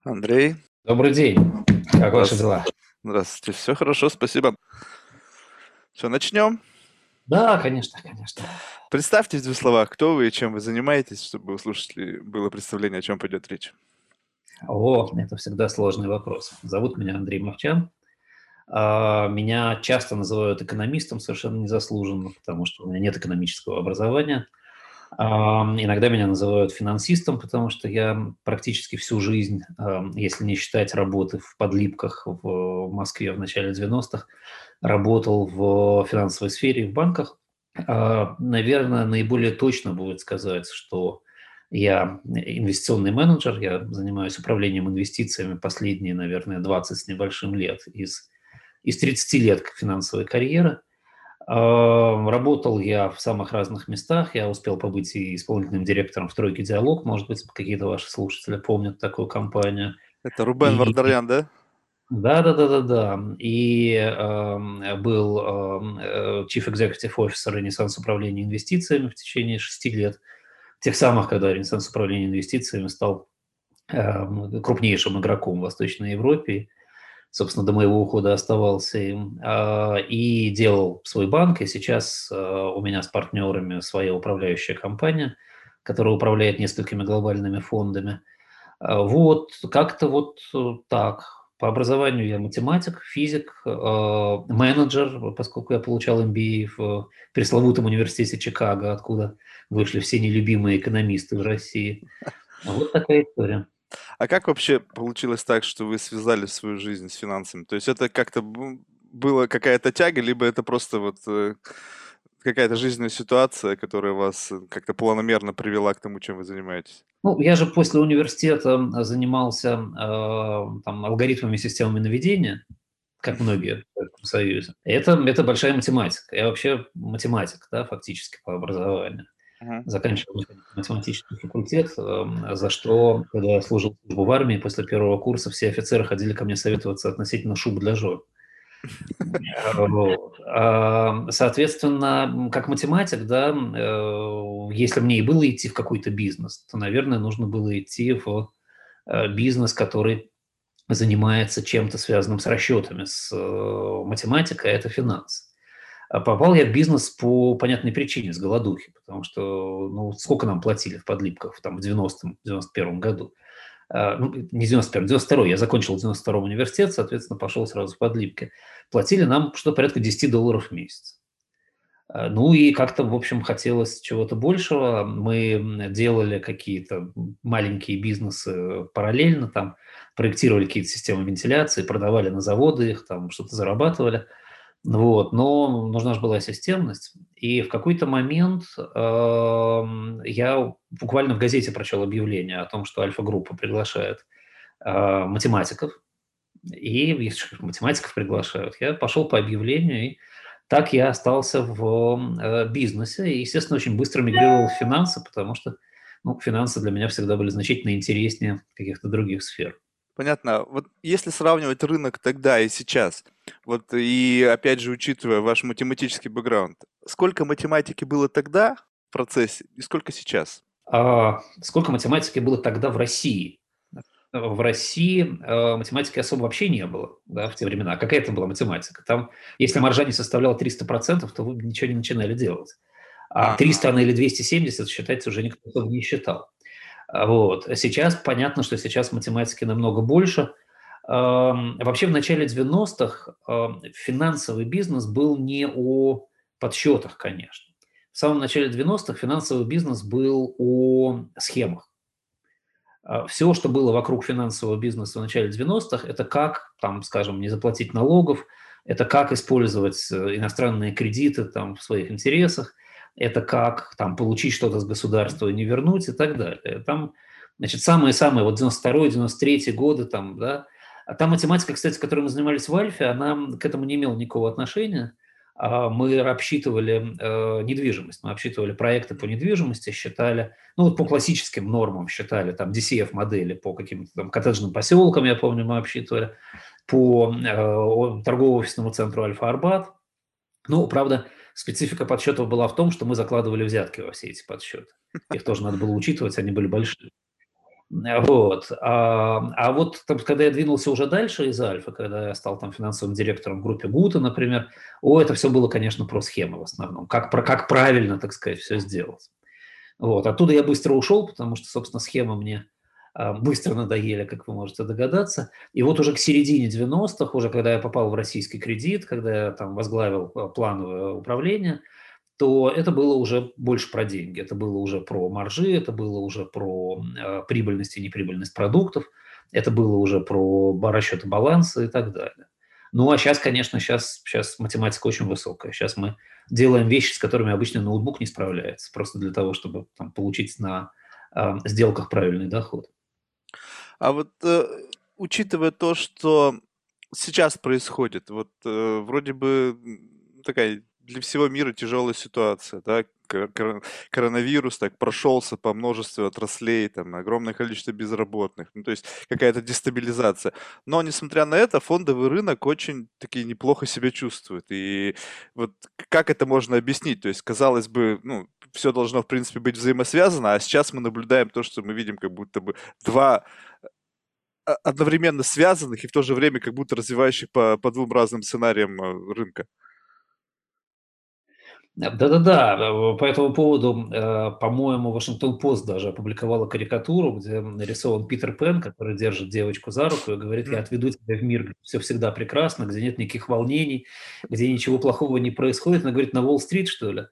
Андрей, Добрый день. Как ваши здравствуйте. дела? Здравствуйте. Все хорошо, спасибо. Все, начнем. Да, конечно, конечно. Представьте в 2 словах, кто вы и чем вы занимаетесь, чтобы у слушателей было представление, о чем пойдет речь. Это всегда сложный вопрос. Зовут меня Андрей Мовчан. Меня часто называют экономистом совершенно незаслуженно, потому что у меня нет экономического образования. Иногда меня называют финансистом, потому что я практически всю жизнь, если не считать работы в подлипках в Москве в начале 90-х, работал в финансовой сфере, в банках. Наверное, наиболее точно будет сказать, что я инвестиционный менеджер, я занимаюсь управлением инвестициями последние, наверное, 20 с небольшим лет из 30 лет финансовой карьеры. Работал я в самых разных местах. Я успел побыть и исполнительным директором в «Тройке Диалог». Может быть, какие-то ваши слушатели помнят такую компанию. Это Рубен И Вардарян, да? да. И был Chief Executive Officer Ренессанс управления инвестициями в течение 6 лет. Тех самых, когда Ренессанс управления инвестициями стал крупнейшим игроком в Восточной Европе. Собственно, до моего ухода оставался им. И делал свой банк. И сейчас у меня с партнерами своя управляющая компания, которая управляет несколькими глобальными фондами. Как-то так. По образованию я математик, физик, менеджер, поскольку я получал MBA в пресловутом университете Чикаго, откуда вышли все нелюбимые экономисты в России. Вот такая история. А как вообще получилось так, что вы связали свою жизнь с финансами? То есть это как-то была какая-то тяга, либо это просто какая-то жизненная ситуация, которая вас как-то планомерно привела к тому, чем вы занимаетесь? Ну, я же после университета занимался там, алгоритмами, системами наведения, как многие в Советском Союзе. Это большая математика. Я вообще математик, да, фактически по образованию. Мгм. Заканчивал математический факультет, за что, когда я служил службу в армии, после первого курса все офицеры ходили ко мне советоваться относительно шуб для жен. Соответственно, как математик, да, если мне и было идти в какой-то бизнес, то, наверное, нужно было идти в бизнес, который занимается чем-то связанным с расчетами, с математикой, а это финансы. А попал я в бизнес по понятной причине, с голодухи, потому что, ну, сколько нам платили в подлипках там, в 90-м, 91-м году? Ну, не 91-м, 92-й. Я закончил в 92-м университет, соответственно, пошел сразу в подлипки. Платили нам что-то порядка $10 в месяц. Ну и как-то, в общем, хотелось чего-то большего. Мы делали какие-то маленькие бизнесы параллельно, там проектировали какие-то системы вентиляции, продавали на заводы их, там что-то зарабатывали. Но нужна же была системность. И в какой-то момент я буквально в газете прочел объявление о том, что Альфа-группа приглашает математиков, и если математиков приглашают, я пошел по объявлению, и так я остался в бизнесе. И, естественно, очень быстро мигрировал в финансы, потому что финансы для меня всегда были значительно интереснее каких-то других сфер. Понятно. Вот если сравнивать рынок тогда и сейчас, вот и опять же учитывая ваш математический бэкграунд, сколько математики было тогда в процессе и сколько сейчас? Сколько математики было тогда в России? В России математики особо вообще не было, да, в те времена. А какая это была математика? Там, если маржа не составляла 300%, то вы ничего не начинали делать. А Ага. 300 она или 270, считается, уже никто особо не считал. Сейчас понятно, что сейчас математики намного больше. Вообще в начале 90-х финансовый бизнес был не о подсчетах, конечно. В самом начале 90-х финансовый бизнес был о схемах. Все, что было вокруг финансового бизнеса в начале 90-х, это как, там, скажем, не заплатить налогов, это как использовать иностранные кредиты там, в своих интересах, это как там, получить что-то с государства и не вернуть и так далее. Там, значит, самые-самые, вот 92-й, 93-й годы, там, да, а та математика, кстати, которой мы занимались в Альфе, она к этому не имела никакого отношения. Мы обсчитывали недвижимость, мы обсчитывали проекты по недвижимости, считали, ну вот по классическим нормам считали, там DCF-модели по каким-то там коттеджным поселкам, я помню, мы обсчитывали, по торгово-офисному центру Альфа-Арбат. Ну, правда, специфика подсчетов была в том, что мы закладывали взятки во все эти подсчеты. Их тоже надо было учитывать, они были большие. Вот. А вот там, когда я двинулся уже дальше из Альфа, когда я стал там финансовым директором в группе Гута, например, это все было, конечно, про схемы в основном. Как правильно, так сказать, все сделать. Вот. Оттуда я быстро ушел, потому что, собственно, схемы мне быстро надоели, как вы можете догадаться. И вот уже к середине 90-х, уже когда я попал в российский кредит, когда я там возглавил плановое управление, то это было уже больше про деньги, это было уже про маржи, это было уже про прибыльность и неприбыльность продуктов, это было уже про расчеты баланса и так далее. Ну, а сейчас, конечно, сейчас математика очень высокая. Сейчас мы делаем вещи, с которыми обычно ноутбук не справляется, просто для того, чтобы там, получить на сделках правильный доход. А вот учитывая то, что сейчас происходит, вот вроде бы такая для всего мира тяжелая ситуация, да, коронавирус так прошелся по множеству отраслей, там огромное количество безработных, ну то есть какая-то дестабилизация. Но несмотря на это, фондовый рынок очень таки неплохо себя чувствует. И вот как это можно объяснить? То есть, казалось бы, ну, все должно, в принципе, быть взаимосвязано, а сейчас мы наблюдаем то, что мы видим как будто бы два одновременно связанных и в то же время как будто развивающих по двум разным сценариям рынка. Да-да-да, по этому поводу, по-моему, Вашингтон-Пост даже опубликовала карикатуру, где нарисован Питер Пен, который держит девочку за руку и говорит: "Я Мгм. отведу тебя в мир, где все всегда прекрасно, где нет никаких волнений, где ничего плохого не происходит". Она говорит: "На Уолл-стрит, что ли?"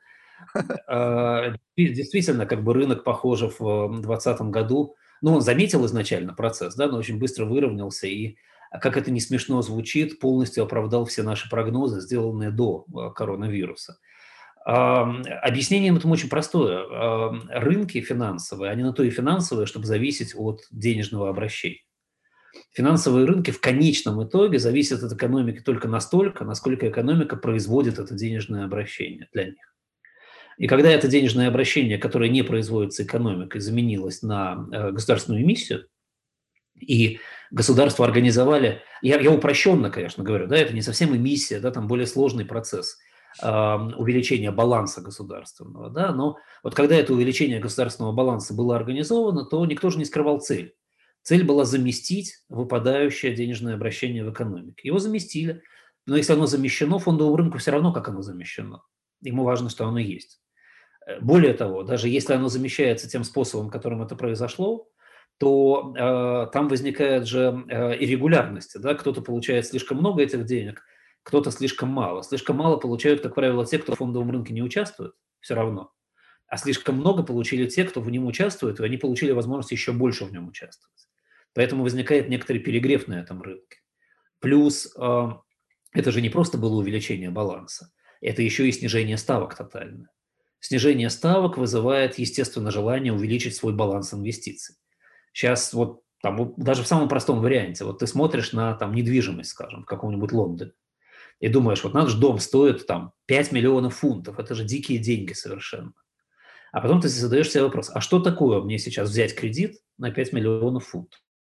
Действительно, как бы рынок, похоже, в 2020 году, ну, он заметил изначально процесс, да, но очень быстро выровнялся и, как это не смешно звучит, полностью оправдал все наши прогнозы, сделанные до коронавируса. Объяснение этому очень простое. Рынки финансовые, они на то и финансовые, чтобы зависеть от денежного обращения. Финансовые рынки в конечном итоге зависят от экономики только настолько, насколько экономика производит это денежное обращение для них. И когда это денежное обращение, которое не производится экономикой, заменилось на государственную эмиссию, и государство организовали, я упрощенно, конечно, говорю, да, это не совсем эмиссия, да, там более сложный процесс увеличения баланса государственного, да, но вот когда это увеличение государственного баланса было организовано, то никто же не скрывал цель. Цель была заместить выпадающее денежное обращение в экономике. Его заместили, но если оно замещено, фондовому рынку все равно, как оно замещено. Ему важно, что оно есть. Более того, даже если оно замещается тем способом, которым это произошло, то там возникает же иррегулярности. Да? Кто-то получает слишком много этих денег, кто-то слишком мало. Слишком мало получают, как правило, те, кто в фондовом рынке не участвует, все равно. А слишком много получили те, кто в нем участвует, и они получили возможность еще больше в нем участвовать. Поэтому возникает некоторый перегрев на этом рынке. Плюс это же не просто было увеличение баланса, это еще и снижение ставок тотальное. Снижение ставок вызывает, естественно, желание увеличить свой баланс инвестиций. Сейчас вот там, даже в самом простом варианте, вот ты смотришь на там недвижимость, скажем, в каком-нибудь Лондоне, и думаешь, вот наш дом стоит там 5 миллионов фунтов, это же дикие деньги совершенно. А потом ты задаешь себе вопрос, а что такое мне сейчас взять кредит на 5 миллионов фунтов?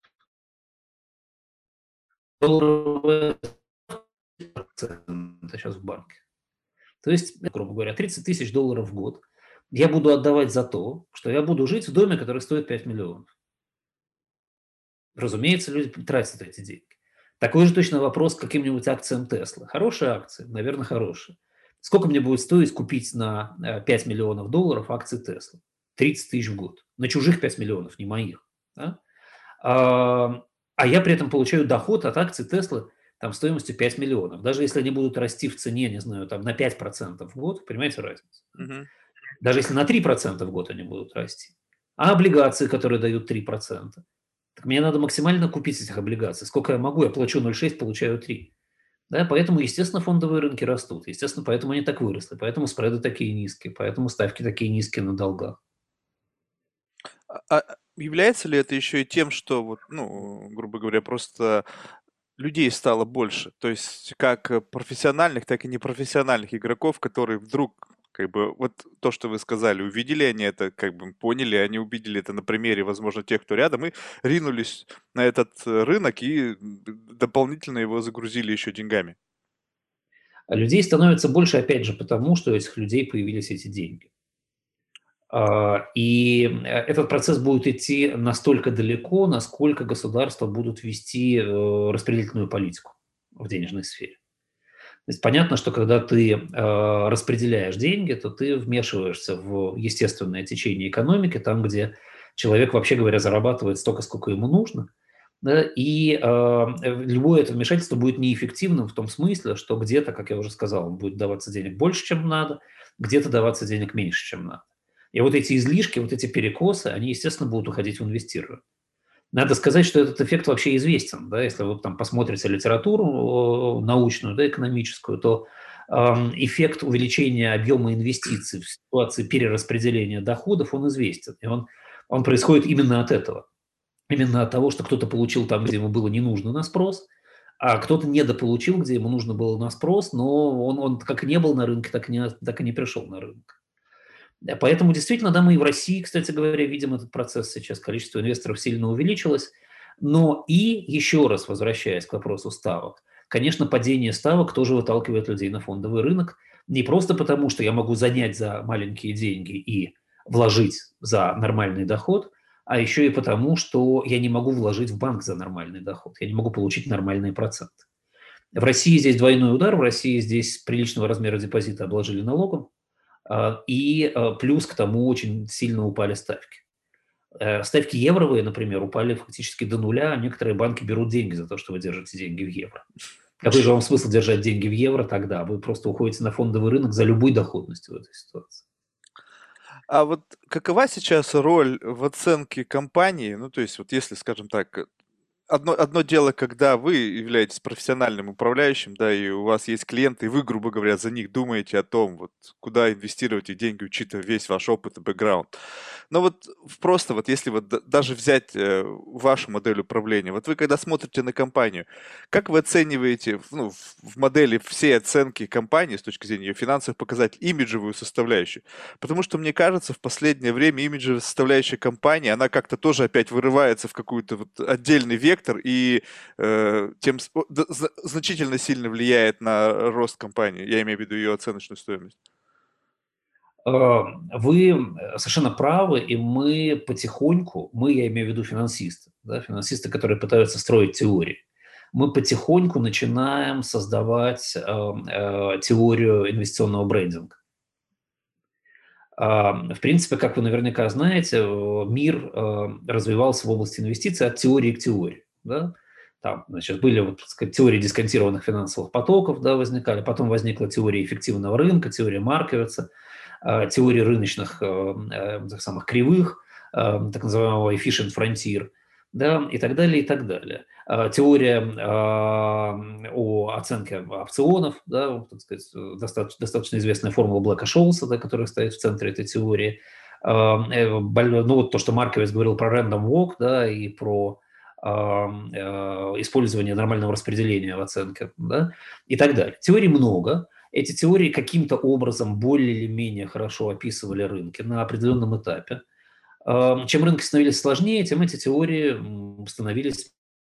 Долларовая процента сейчас в банке. То есть, грубо говоря, 30 тысяч долларов в год я буду отдавать за то, что я буду жить в доме, который стоит 5 миллионов. Разумеется, люди тратят эти деньги. Такой же точно вопрос к каким-нибудь акциям Tesla. Хорошие акции? Наверное, хорошие. Сколько мне будет стоить купить на 5 миллионов долларов акции Tesla? 30 тысяч в год. На чужих 5 миллионов, не моих. Да? А я при этом получаю доход от акций Tesla там, стоимостью 5 миллионов. Даже если они будут расти в цене, не знаю, там, на 5% в год, понимаете разницу? Да? Мгм. Даже если на 3% в год они будут расти. А облигации, которые дают 3%, так мне надо максимально купить этих облигаций. Сколько я могу? Я плачу 0,6, получаю 3. Да, поэтому, естественно, фондовые рынки растут. Естественно, поэтому они так выросли. Поэтому спреды такие низкие. Поэтому ставки такие низкие на долгах. Является ли это еще и тем, что вот, ну, грубо говоря, просто людей стало больше? То есть как профессиональных, так и непрофессиональных игроков, которые вдруг как бы вот то, что вы сказали, увидели они это, как бы поняли, они увидели это на примере, возможно, тех, кто рядом, и ринулись на этот рынок и дополнительно его загрузили еще деньгами. А людей становится больше, опять же, потому что у этих людей появились эти деньги. И этот процесс будет идти настолько далеко, насколько государства будут вести распределительную политику в денежной сфере. То есть понятно, что когда ты распределяешь деньги, то ты вмешиваешься в естественное течение экономики, там, где человек, вообще говоря, зарабатывает столько, сколько ему нужно, да, и любое это вмешательство будет неэффективным в том смысле, что где-то, как я уже сказал, будет даваться денег больше, чем надо, где-то даваться денег меньше, чем надо. И вот эти излишки, вот эти перекосы, они, естественно, будут уходить в инвестирование. Надо сказать, что этот эффект вообще известен. Да? Если вы там посмотрите литературу научную, да, экономическую, то эффект увеличения объема инвестиций в ситуации перераспределения доходов, он известен. И он происходит именно от этого. Именно от того, что кто-то получил там, где ему было не нужно на спрос, а кто-то недополучил, где ему нужно было на спрос, но он как и не был на рынке, так и не пришел на рынок. Поэтому действительно, да, мы и в России, кстати говоря, видим этот процесс сейчас. Количество инвесторов сильно увеличилось. Но и, еще раз возвращаясь к вопросу ставок, конечно, падение ставок тоже выталкивает людей на фондовый рынок. Не просто потому, что я могу занять за маленькие деньги и вложить за нормальный доход, а еще и потому, что я не могу вложить в банк за нормальный доход. Я не могу получить нормальные проценты. В России здесь двойной удар. В России здесь приличного размера депозита обложили налогом. И плюс к тому очень сильно упали ставки. Ставки евровые, например, упали фактически до нуля, а некоторые банки берут деньги за то, что вы держите деньги в евро. Какой же вам смысл держать деньги в евро тогда? Вы просто уходите на фондовый рынок за любой доходностью в этой ситуации. А вот какова сейчас роль в оценке компании? Ну, то есть вот если, скажем так, одно дело, когда вы являетесь профессиональным управляющим, да, и у вас есть клиенты, и вы, грубо говоря, за них думаете о том, вот, куда инвестировать их деньги, учитывая весь ваш опыт и бэкграунд. Но вот просто вот если вот даже взять вашу модель управления, вот вы когда смотрите на компанию, как вы оцениваете ну, в модели все оценки компании с точки зрения ее финансовых показателей, имиджевую составляющую? Потому что мне кажется, в последнее время имиджевая составляющая компании, она как-то тоже опять вырывается в какой-то вот отдельный вектор и значительно сильно влияет на рост компании. Я имею в виду ее оценочную стоимость. Вы совершенно правы, и мы потихоньку, я имею в виду финансисты, да, финансисты, которые пытаются строить теории, мы потихоньку начинаем создавать теорию инвестиционного брендинга. В принципе, как вы наверняка знаете, мир развивался в области инвестиций от теории к теории. Да? Там, значит, были вот, так сказать, теории дисконтированных финансовых потоков, да, возникали, потом возникла теория эффективного рынка, теория Марковица, теория рыночных тех самых кривых, так называемого efficient frontier, да, и так далее, и так далее. Теория о оценке опционов, да, так сказать, достаточно известная формула Блэка-Шоулса, да, которая стоит в центре этой теории. Ну, вот то, что Марковец говорил про random walk, да, и про использование нормального распределения в оценке, да, и так далее. Теорий много. Эти теории каким-то образом более или менее хорошо описывали рынки на определенном этапе. Чем рынки становились сложнее, тем эти теории становились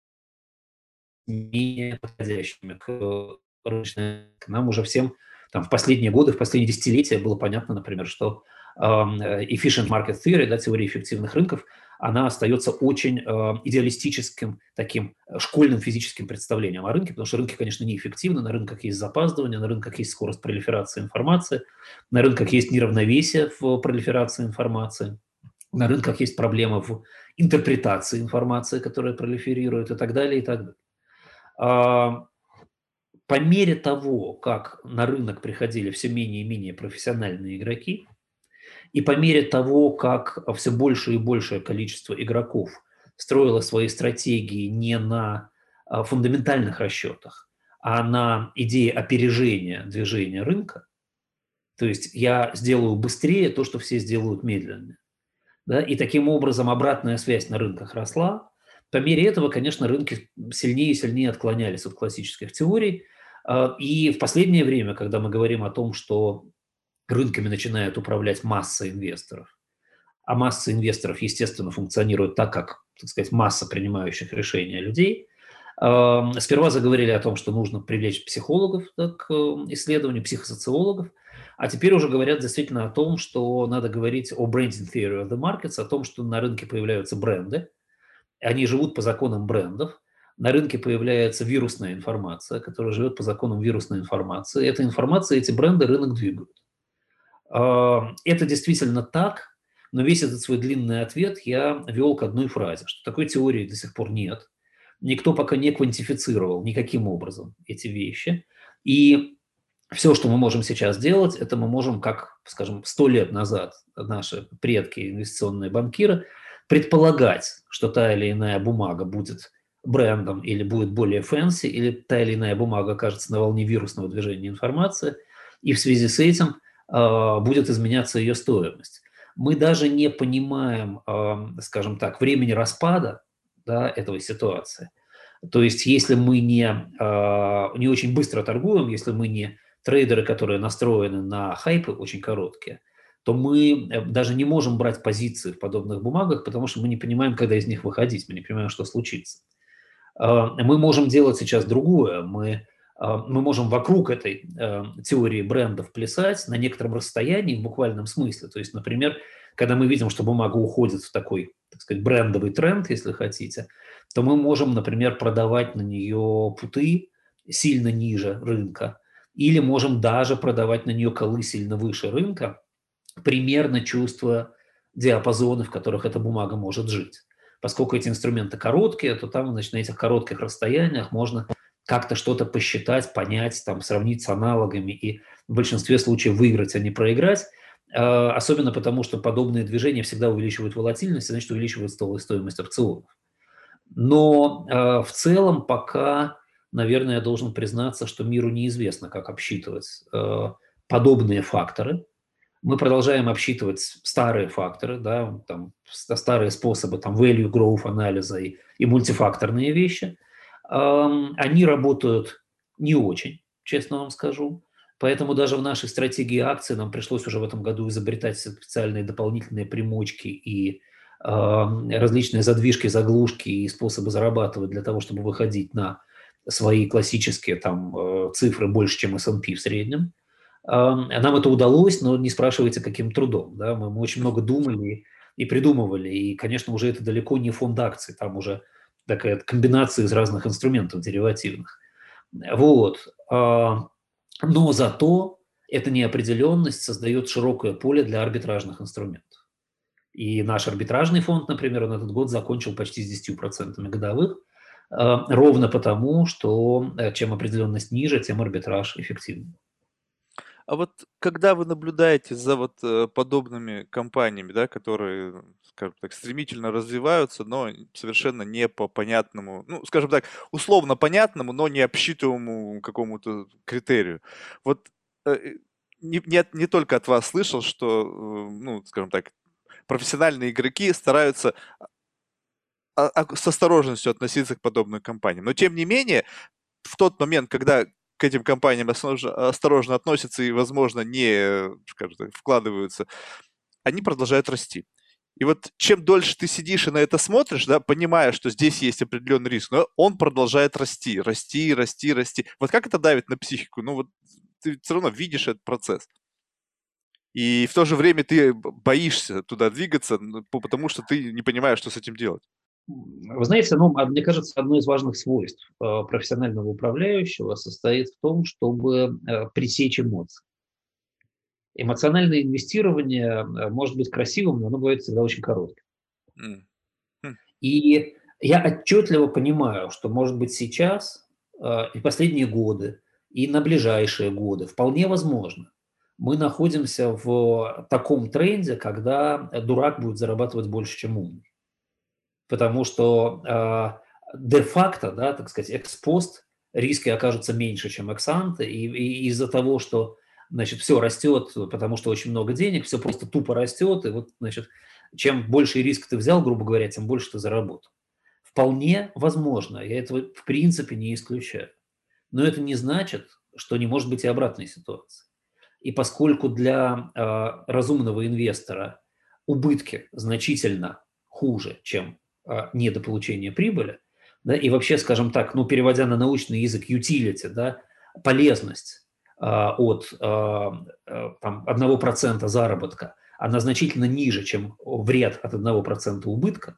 менее подходящими к рыночным. Нам уже всем там, в последние годы, в последние десятилетия было понятно, например, что efficient market theory, да, теория эффективных рынков, она остается очень идеалистическим, таким школьным физическим представлением о рынке, потому что рынки, конечно, неэффективны, на рынках есть запаздывание, на рынках есть скорость пролиферации информации, на рынках есть неравновесие в пролиферации информации, на рынках есть проблемы в интерпретации информации, которая пролиферирует и так далее, и так далее. По мере того, как на рынок приходили все менее и менее профессиональные игроки, и по мере того, как все большее и большее количество игроков строило свои стратегии не на фундаментальных расчетах, а на идее опережения движения рынка, то есть я сделаю быстрее то, что все сделают медленнее, да, и таким образом обратная связь на рынках росла, по мере этого, конечно, рынки сильнее и сильнее отклонялись от классических теорий. И в последнее время, когда мы говорим о том, что рынками начинает управлять масса инвесторов, а масса инвесторов, естественно, функционирует так, как, так сказать, масса принимающих решения людей, Сперва заговорили о том, что нужно привлечь психологов, да, к исследованию, психосоциологов, а теперь уже говорят действительно о том, что надо говорить о branding theory of the markets, о том, что на рынке появляются бренды, они живут по законам брендов, на рынке появляется вирусная информация, которая живет по законам вирусной информации. Эта информация, эти бренды рынок двигают. Это действительно так, но весь этот свой длинный ответ я вел к одной фразе, что такой теории до сих пор нет. Никто пока не квантифицировал никаким образом эти вещи. И все, что мы можем сейчас делать, это мы можем, как, скажем, 100 лет назад наши предки, инвестиционные банкиры, предполагать, что та или иная бумага будет брендом или будет более фэнси, или та или иная бумага окажется на волне вирусного движения информации, и в связи с этим будет изменяться ее стоимость. Мы даже не понимаем, скажем так, времени распада, да, этой ситуации. То есть если мы не очень быстро торгуем, если мы не трейдеры, которые настроены на хайпы очень короткие, то мы даже не можем брать позиции в подобных бумагах, потому что мы не понимаем, когда из них выходить, мы не понимаем, что случится. Мы можем делать сейчас другое. Мы можем вокруг этой теории брендов плясать на некотором расстоянии в буквальном смысле. То есть, например, когда мы видим, что бумага уходит в такой, так сказать, брендовый тренд, если хотите, то мы можем, например, продавать на нее путы сильно ниже рынка, или можем даже продавать на нее колы сильно выше рынка, примерно чувствуя диапазоны, в которых эта бумага может жить. Поскольку эти инструменты короткие, то там, значит, на этих коротких расстояниях можно как-то что-то посчитать, понять, там, сравнить с аналогами и в большинстве случаев выиграть, а не проиграть. Особенно потому, что подобные движения всегда увеличивают волатильность, значит, увеличивают стоимость опционов. Но в целом пока, наверное, я должен признаться, что миру неизвестно, как обсчитывать подобные факторы. Мы продолжаем обсчитывать старые факторы, да, там, старые способы там, value growth анализа и мультифакторные вещи. Они работают не очень, честно вам скажу. Поэтому даже в нашей стратегии акций нам пришлось уже в этом году изобретать специальные дополнительные примочки и различные задвижки, заглушки и способы зарабатывать для того, чтобы выходить на свои классические там, цифры больше, чем S&P в среднем. Нам это удалось, но не спрашивайте, каким трудом. Да? Мы очень много думали и придумывали, и, конечно, уже это далеко не фонд акций, там уже такая комбинация из разных инструментов деривативных. Вот. Но зато эта неопределенность создает широкое поле для арбитражных инструментов. И наш арбитражный фонд, например, он этот год закончил почти с 10% годовых, ровно потому, что чем определенность ниже, тем арбитраж эффективнее. А вот когда вы наблюдаете за вот подобными компаниями, да, которые, скажем так, стремительно развиваются, но совершенно не по понятному, ну, скажем так, условно понятному, но не обсчитываемому какому-то критерию. Вот не только от вас слышал, что, ну, скажем так, профессиональные игроки стараются с осторожностью относиться к подобным компаниям. Но тем не менее, в тот момент, когда к этим компаниям осторожно относятся и, возможно, не, скажем так, вкладываются, они продолжают расти. И вот чем дольше ты сидишь и на это смотришь, да, понимая, что здесь есть определенный риск, но он продолжает расти, расти, расти, расти. Вот как это давит на психику? Ну вот ты все равно видишь этот процесс. И в то же время ты боишься туда двигаться, потому что ты не понимаешь, что с этим делать. Вы знаете, ну, мне кажется, одно из важных свойств профессионального управляющего состоит в том, чтобы пресечь эмоции. Эмоциональное инвестирование может быть красивым, но оно бывает всегда очень коротким. М. Хм. И я отчетливо понимаю, что, может быть, сейчас и последние годы, и на ближайшие годы, вполне возможно, мы находимся в таком тренде, когда дурак будет зарабатывать больше, чем умный. Потому что де-факто, да, так сказать, экспост риски окажутся меньше, чем экс-анте, и из-за того, что, значит, все растет, потому что очень много денег, все просто тупо растет, и вот, значит, чем больше риск ты взял, грубо говоря, тем больше ты заработал. Вполне возможно, я этого в принципе не исключаю. Но это не значит, что не может быть и обратной ситуации. И поскольку для разумного инвестора убытки значительно хуже, чем недополучение прибыли, да, и вообще, скажем так, ну, переводя на научный язык, utility, да, полезность от там, 1% заработка, она значительно ниже, чем вред от 1% убытка,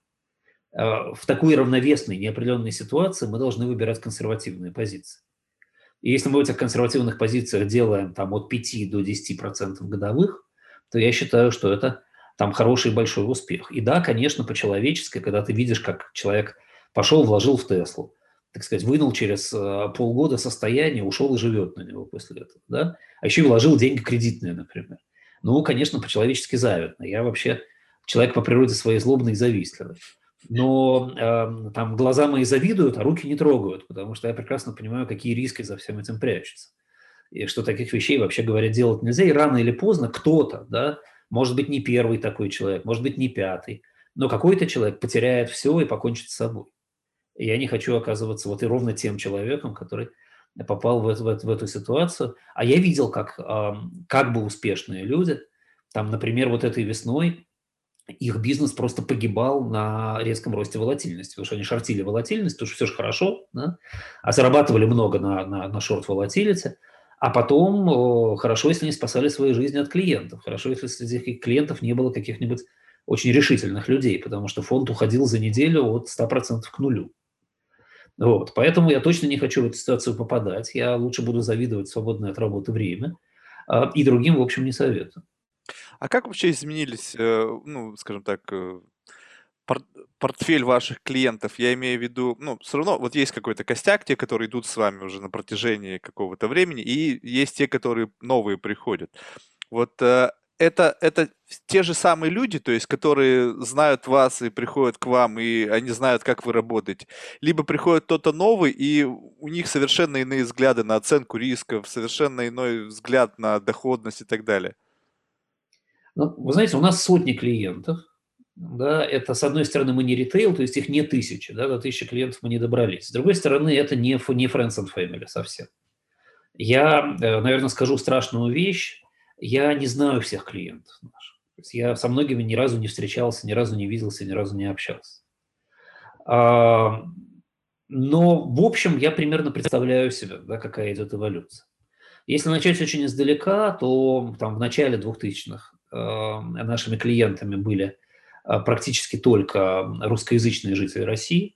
в такой равновесной, неопределенной ситуации мы должны выбирать консервативные позиции. И если мы в этих консервативных позициях делаем там, от 5 до 10% годовых, то я считаю, что это там хороший большой успех. И да, конечно, по-человечески, когда ты видишь, как человек пошел, вложил в Теслу, так сказать, вынул через полгода состояние, ушел и живет на него после этого, да? А еще и вложил деньги кредитные, например. Ну, конечно, по-человечески завидно. Я вообще человек по природе своей злобный и завистливый. Но там глаза мои завидуют, а руки не трогают, потому что я прекрасно понимаю, какие риски за всем этим прячутся. И что таких вещей, вообще говоря, делать нельзя. И рано или поздно кто-то, да, может быть, не первый такой человек, может быть, не пятый, но какой-то человек потеряет все и покончит с собой. И я не хочу оказываться вот и ровно тем человеком, который попал в эту ситуацию. А я видел, как бы успешные люди, там, например, вот этой весной их бизнес просто погибал на резком росте волатильности, потому что они шортили волатильность, потому что все же хорошо, да? А зарабатывали много на шорт-волатилити, а потом хорошо, если они спасали свои жизни от клиентов, хорошо, если среди этих клиентов не было каких-нибудь очень решительных людей, потому что фонд уходил за неделю от 100% к нулю. Вот. Поэтому я точно не хочу в эту ситуацию попадать, я лучше буду завидовать свободное от работы время, и другим, в общем, не советую. А как вообще изменились, ну, скажем так, пор портфель ваших клиентов? Я имею в виду, ну, все равно вот есть какой-то костяк, те, которые идут с вами уже на протяжении какого-то времени, и есть те, которые новые приходят. Вот, это те же самые люди, то есть которые знают вас и приходят к вам, и они знают, как вы работаете? Либо приходит кто-то новый, и у них совершенно иные взгляды на оценку рисков, совершенно иной взгляд на доходность и так далее? Ну, вы знаете, у нас сотни клиентов, да, это, с одной стороны, мы не ритейл, то есть их не тысячи, да, до тысячи клиентов мы не добрались. С другой стороны, это не friends and family совсем. Я, наверное, скажу страшную вещь, я не знаю всех клиентов наших. То есть я со многими ни разу не встречался, ни разу не виделся, ни разу не общался. А, Но, в общем, я примерно представляю себе, да, какая идет эволюция. Если начать очень издалека, то там в начале 2000-х нашими клиентами были практически только русскоязычные жители России,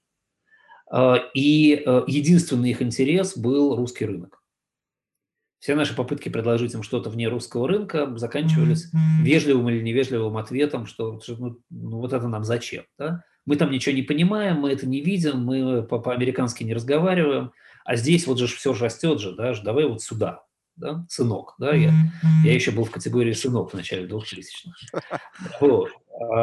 и единственный их интерес был русский рынок. Все наши попытки предложить им что-то вне русского рынка заканчивались вежливым или невежливым ответом, что ну вот это нам зачем, да? Мы там ничего не понимаем, мы это не видим, мы по-американски не разговариваем, а здесь вот же все растет же, да, давай вот сюда, да, сынок, да, я еще был в категории сынок в начале 2000-х. Вот.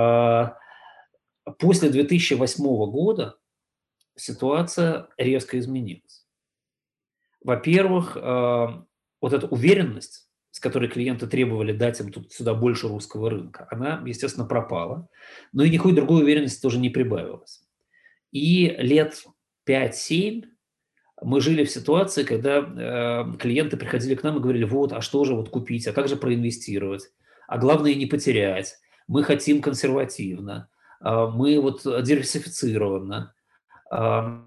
После 2008 года ситуация резко изменилась. Во-первых, вот эта уверенность, с которой клиенты требовали дать им тут сюда больше русского рынка, она, естественно, пропала, но и никакой другой уверенности тоже не прибавилось. И лет 5-7 мы жили в ситуации, когда клиенты приходили к нам и говорили, вот, а что же вот купить, а как же проинвестировать, а главное не потерять, мы хотим консервативно, мы вот диверсифицированно. А,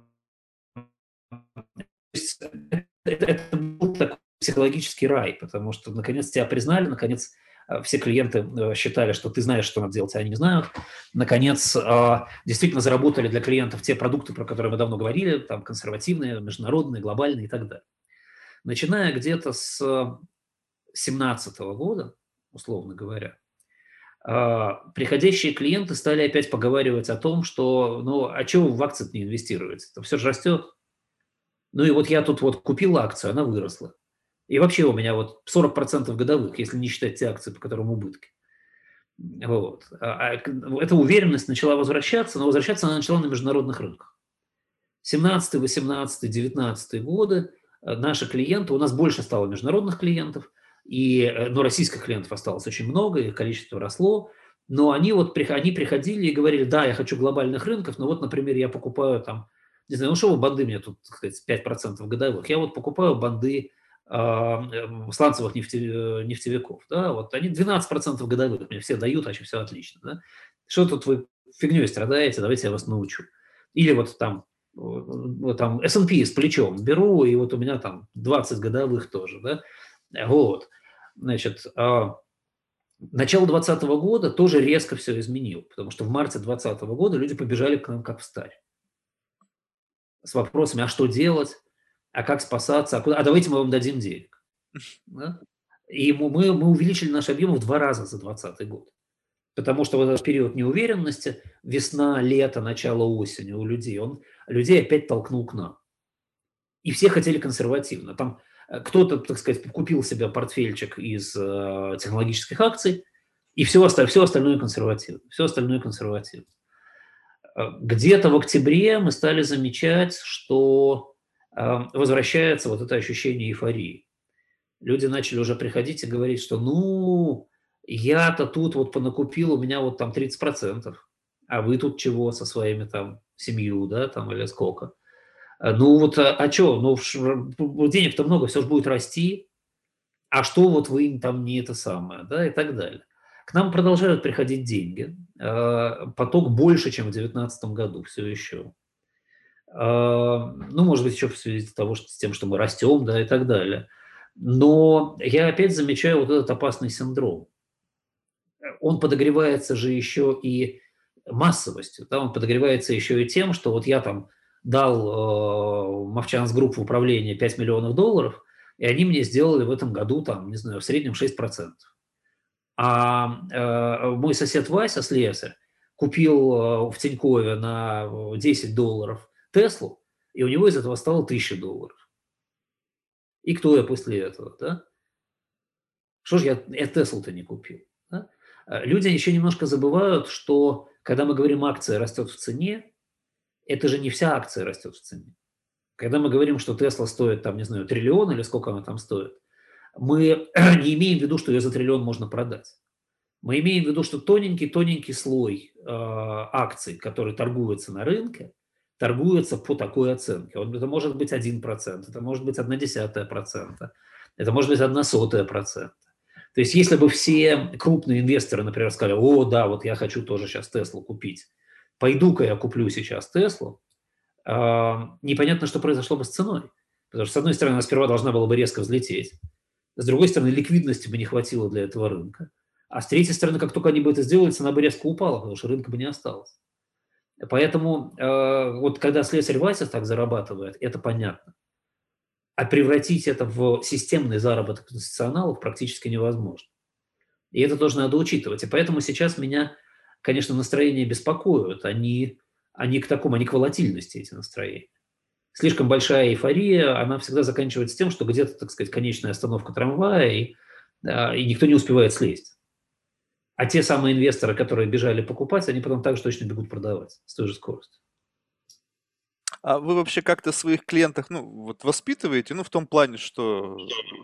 То есть это был такой психологический рай, потому что наконец тебя признали, наконец все клиенты считали, что ты знаешь, что надо делать, а они не знают. Наконец, действительно заработали для клиентов те продукты, про которые мы давно говорили, там консервативные, международные, глобальные и так далее. Начиная где-то с 2017 года, условно говоря, приходящие клиенты стали опять поговаривать о том, что, ну, а чего вы в акции не инвестируете? Это все же растет. Ну и вот я тут вот купил акцию, она выросла. И вообще у меня вот 40% годовых, если не считать те акции, по которым убытки. Вот. Эта уверенность начала возвращаться, но возвращаться она начала на международных рынках. 17, 18, 19 годы наши клиенты, у нас больше стало международных клиентов, но российских клиентов осталось очень много, их количество росло, но они приходили и говорили, да, я хочу глобальных рынков, но вот, например, я покупаю там, не знаю, ну что вы банды мне тут, так сказать, 5% годовых, я вот покупаю банды сланцевых нефтевиков, да, вот они 12% годовых мне все дают, вообще все отлично, да. Что тут вы фигней страдаете, давайте я вас научу. Или вот там там S&P с плечом беру, и вот у меня там 20 годовых тоже, да, вот, значит, начало 2020 года тоже резко все изменило, потому что в марте 2020 года люди побежали к нам как встарь с вопросами, а что делать, а как спасаться, а давайте мы вам дадим денег. Да? И мы увеличили наш объем в 2 раза за 2020 год. Потому что вот этот период неуверенности, весна, лето, начало осени у людей, он людей опять толкнул к нам. И все хотели консервативно. Там кто-то, так сказать, купил себе портфельчик из технологических акций, и все остальное консервативно. Все остальное консервативно. Где-то в октябре мы стали замечать, что возвращается вот это ощущение эйфории. Люди начали уже приходить и говорить, что ну, я-то тут вот понакупил, у меня вот там 30%, а вы тут чего со своими там 7, да, там или сколько? Ну вот, а что, ну денег-то много, все же будет расти, а что вот вы им там не это самое, да, и так далее. К нам продолжают приходить деньги, поток больше, чем в 2019 году все еще. Ну, может быть, еще в связи с тем, что мы растем, да, и так далее. Но я опять замечаю вот этот опасный синдром. Он подогревается же еще и массовостью, да, он подогревается еще и тем, что вот я там дал Мовчанс Групп в управление 5 миллионов долларов, и они мне сделали в этом году, там, не знаю, в среднем 6%. Мой сосед Вася, слесарь, купил в Тинькове на 10 долларов Теслу, и у него из этого стало 1000 долларов. И кто я после этого, да? Что ж я Теслу-то не купил? Да? Люди еще немножко забывают, что когда мы говорим, акция растет в цене, это же не вся акция растет в цене. Когда мы говорим, что Тесла стоит, там, не знаю, триллион или сколько она там стоит, мы не имеем в виду, что ее за триллион можно продать. Мы имеем в виду, что тоненький слой акций, которые торгуются на рынке, торгуются по такой оценке. Это может быть 1%, это может быть 0,1%, это может быть 0,01%. То есть если бы все крупные инвесторы, например, сказали, о, да, вот я хочу тоже сейчас Теслу купить, пойду-ка я куплю сейчас Теслу, непонятно, что произошло бы с ценой. Потому что, с одной стороны, она сперва должна была бы резко взлететь, с другой стороны, ликвидности бы не хватило для этого рынка. А с третьей стороны, как только они бы это сделали, цена бы резко упала, потому что рынка бы не осталось. Поэтому вот когда слесарь Вася так зарабатывает, это понятно. А превратить это в системный заработок профессионалов практически невозможно. И это тоже надо учитывать. И поэтому сейчас меня, конечно, настроения беспокоят. Они к волатильности, эти настроения. Слишком большая эйфория, она всегда заканчивается тем, что где-то, так сказать, конечная остановка трамвая, и никто не успевает слезть. А те самые инвесторы, которые бежали покупать, они потом также точно бегут продавать с той же скоростью. А вы вообще как-то своих клиентах, ну, вот воспитываете, ну, в том плане, что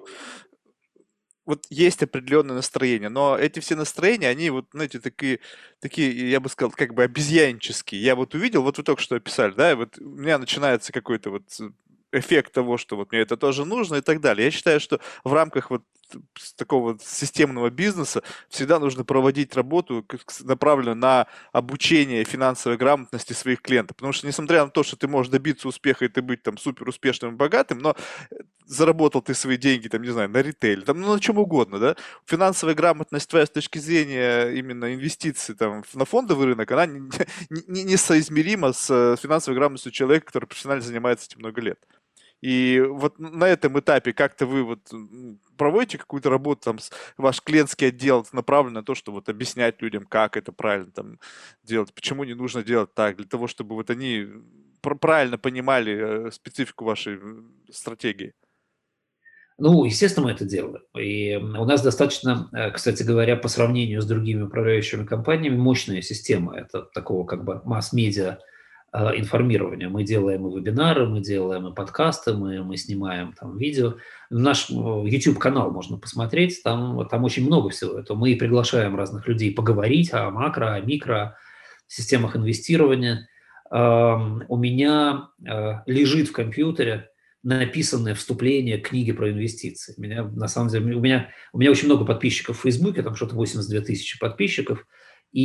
вот есть определенное настроение, но эти все настроения, они вот, знаете, такие, я бы сказал, как бы обезьянческие. Я вот увидел, вот вы только что описали, да, и вот у меня начинается какой-то вот эффект того, что вот мне это тоже нужно и так далее. Я считаю, что в рамках вот такого вот системного бизнеса всегда нужно проводить работу, направленную на обучение финансовой грамотности своих клиентов. Потому что, несмотря на то, что ты можешь добиться успеха и ты быть там супер успешным и богатым, но заработал ты свои деньги, там, не знаю, на ритейле, там, ну, на чем угодно, да, финансовая грамотность твоя с точки зрения именно инвестиций там на фондовый рынок, она несоизмерима с финансовой грамотностью человека, который профессионально занимается этим много лет. И вот на этом этапе как-то вы вот проводите какую-то работу, там, ваш клиентский отдел направлен на то, чтобы вот объяснять людям, как это правильно там делать, почему не нужно делать так, для того, чтобы вот они правильно понимали специфику вашей стратегии. Ну, естественно, мы это делаем. И у нас достаточно, кстати говоря, по сравнению с другими управляющими компаниями, мощная система. Это такого как бы масс-медиа информирования. Мы делаем и вебинары, мы делаем и подкасты, мы снимаем там видео. Наш YouTube-канал можно посмотреть, там очень много всего этого. Мы приглашаем разных людей поговорить о макро, о микро, системах инвестирования. У меня лежит в компьютере написанное вступление к книге про инвестиции. На самом деле, у меня очень много подписчиков в Фейсбуке, там что-то 82 тысячи подписчиков, и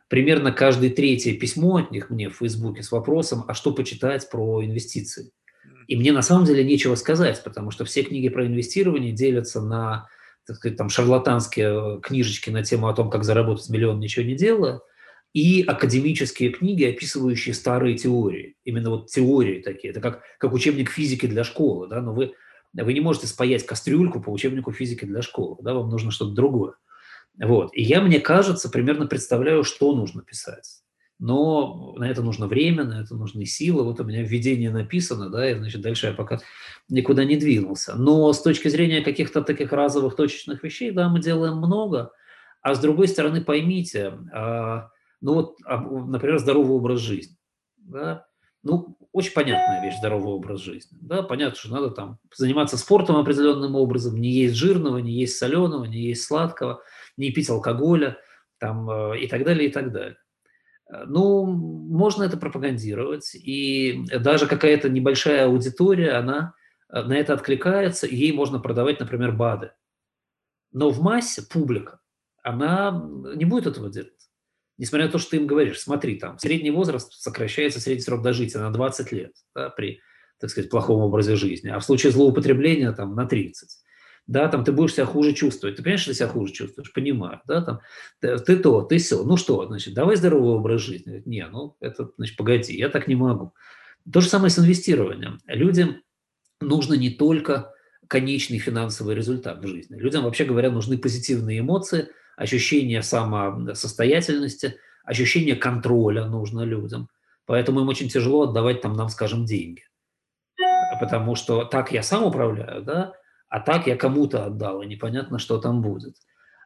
примерно каждое третье письмо от них мне в Фейсбуке с вопросом, а что почитать про инвестиции. И мне на самом деле нечего сказать, потому что все книги про инвестирование делятся на, так сказать, там, шарлатанские книжечки на тему о том, как заработать миллион, ничего не делая, и академические книги, описывающие старые теории. Именно вот теории такие. Это как учебник физики для школы. Да? Но вы не можете спаять кастрюльку по учебнику физики для школы. Да? Вам нужно что-то другое. Вот. И я, мне кажется, примерно представляю, что нужно писать. Но на это нужно время, на это нужны силы. Вот у меня введение написано, да, и, значит, дальше я пока никуда не двинулся. Но с точки зрения каких-то таких разовых точечных вещей, да, мы делаем много. А с другой стороны, поймите, ну вот, например, здоровый образ жизни. Да? Ну, очень понятная вещь – здоровый образ жизни. Да? Понятно, что надо там заниматься спортом определенным образом, не есть жирного, не есть соленого, не есть сладкого, не пить алкоголя там, и так далее, и так далее. Ну, можно это пропагандировать, и даже какая-то небольшая аудитория, она на это откликается, и ей можно продавать, например, БАДы. Но в массе публика, она не будет этого делать. Несмотря на то, что ты им говоришь, смотри, там, средний возраст сокращается, средний срок дожития на 20 лет, да, при, так сказать, плохом образе жизни, а в случае злоупотребления там на 30. Да, там ты будешь себя хуже чувствовать. Ты понимаешь, что ты себя хуже чувствуешь? Понимаю, да, там, ты то, ты все. Ну что, значит, давай здоровый образ жизни. Не, ну, это, значит, погоди, я так не могу. То же самое с инвестированием. Людям нужно не только конечный финансовый результат в жизни. Людям, вообще говоря, нужны позитивные эмоции, ощущение самосостоятельности, ощущение контроля нужно людям. Поэтому им очень тяжело отдавать там нам, скажем, деньги. Потому что так я сам управляю, да, а так я кому-то отдал, и непонятно, что там будет.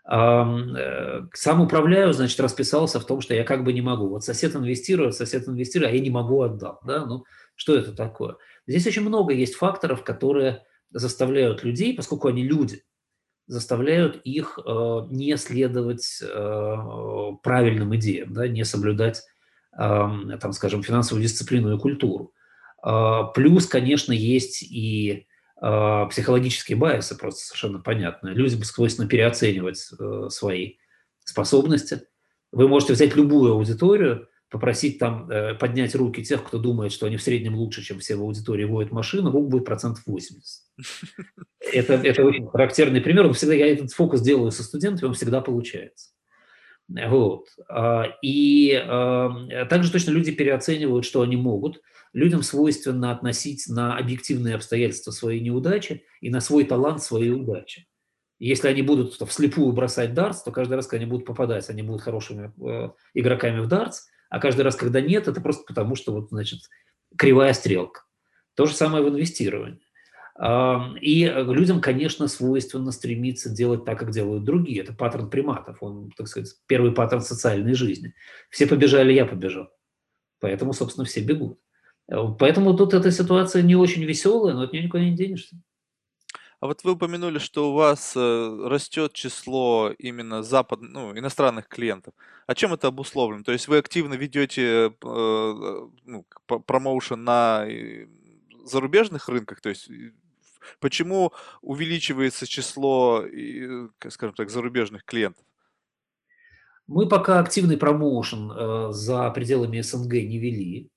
Сам управляю, значит, расписался в том, что я как бы не могу. Вот сосед инвестирует, а я не могу отдал. Да? Ну, что это такое? Здесь очень много есть факторов, которые заставляют людей, поскольку они люди, заставляют их не следовать правильным идеям, да, не соблюдать, там, скажем, финансовую дисциплину и культуру. Плюс, конечно, есть и психологические байсы, просто совершенно понятно. Людям свойственно переоценивать свои способности. Вы можете взять любую аудиторию, попросить там поднять руки тех, кто думает, что они в среднем лучше, чем все в аудитории водят машину, рук будет 80%. Это очень характерный пример. Я этот фокус делаю со студентами, он всегда получается. Вот. И также точно люди переоценивают, что они могут. Людям свойственно относить на объективные обстоятельства своей неудачи и на свой талант своей удачи. Если они будут вслепую бросать дартс, то каждый раз, когда они будут попадать, они будут хорошими игроками в дартс, а каждый раз, когда нет, это просто потому, что вот, значит, кривая стрелка. То же самое в инвестировании. И людям, конечно, свойственно стремиться делать так, как делают другие. Это паттерн приматов, он, так сказать, первый паттерн социальной жизни. Все побежали, я побежал. Поэтому, собственно, все бегут. Поэтому тут эта ситуация не очень веселая, но от нее никуда не денешься. А вот вы упомянули, что у вас растет число именно ну, иностранных клиентов. А чем это обусловлено? То есть вы активно ведете ну, промоушен на зарубежных рынках? То есть почему увеличивается число, скажем так, зарубежных клиентов? Мы пока активный промоушен за пределами СНГ не вели.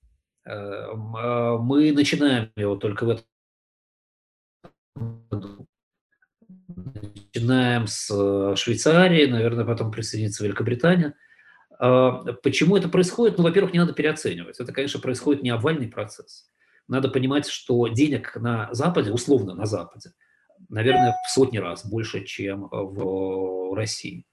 Мы начинаем его только в этом году. Начинаем с Швейцарии, наверное, потом присоединится Великобритания. Почему это происходит? Ну, во-первых, не надо переоценивать. Это, конечно, происходит не обвальный процесс. Надо понимать, что денег на Западе, условно на Западе, наверное, в сотни раз больше, чем в России.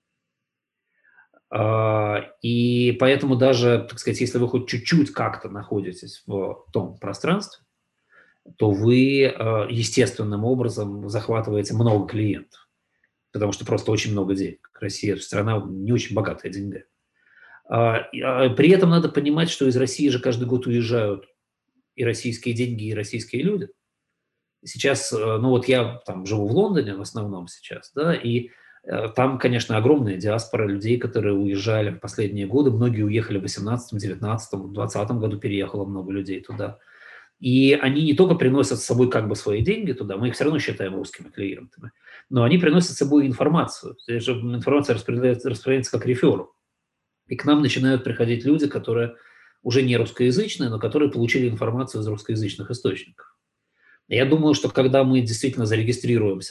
И поэтому даже, так сказать, если вы хоть чуть-чуть как-то находитесь в том пространстве, то вы естественным образом захватываете много клиентов, потому что просто очень много денег. Россия – страна не очень богатая деньгами. При этом надо понимать, что из России же каждый год уезжают и российские деньги, и российские люди. Сейчас, ну вот я там живу в Лондоне в основном сейчас, да, и там, конечно, огромная диаспора людей, которые уезжали в последние годы. Многие уехали в 18, 19, 20 году переехало много людей туда. И они не только приносят с собой как бы свои деньги туда, мы их все равно считаем русскими клиентами, но они приносят с собой информацию. Информация распространяется как реферал. И к нам начинают приходить люди, которые уже не русскоязычные, но которые получили информацию из русскоязычных источников. Я думаю, что когда мы действительно зарегистрируемся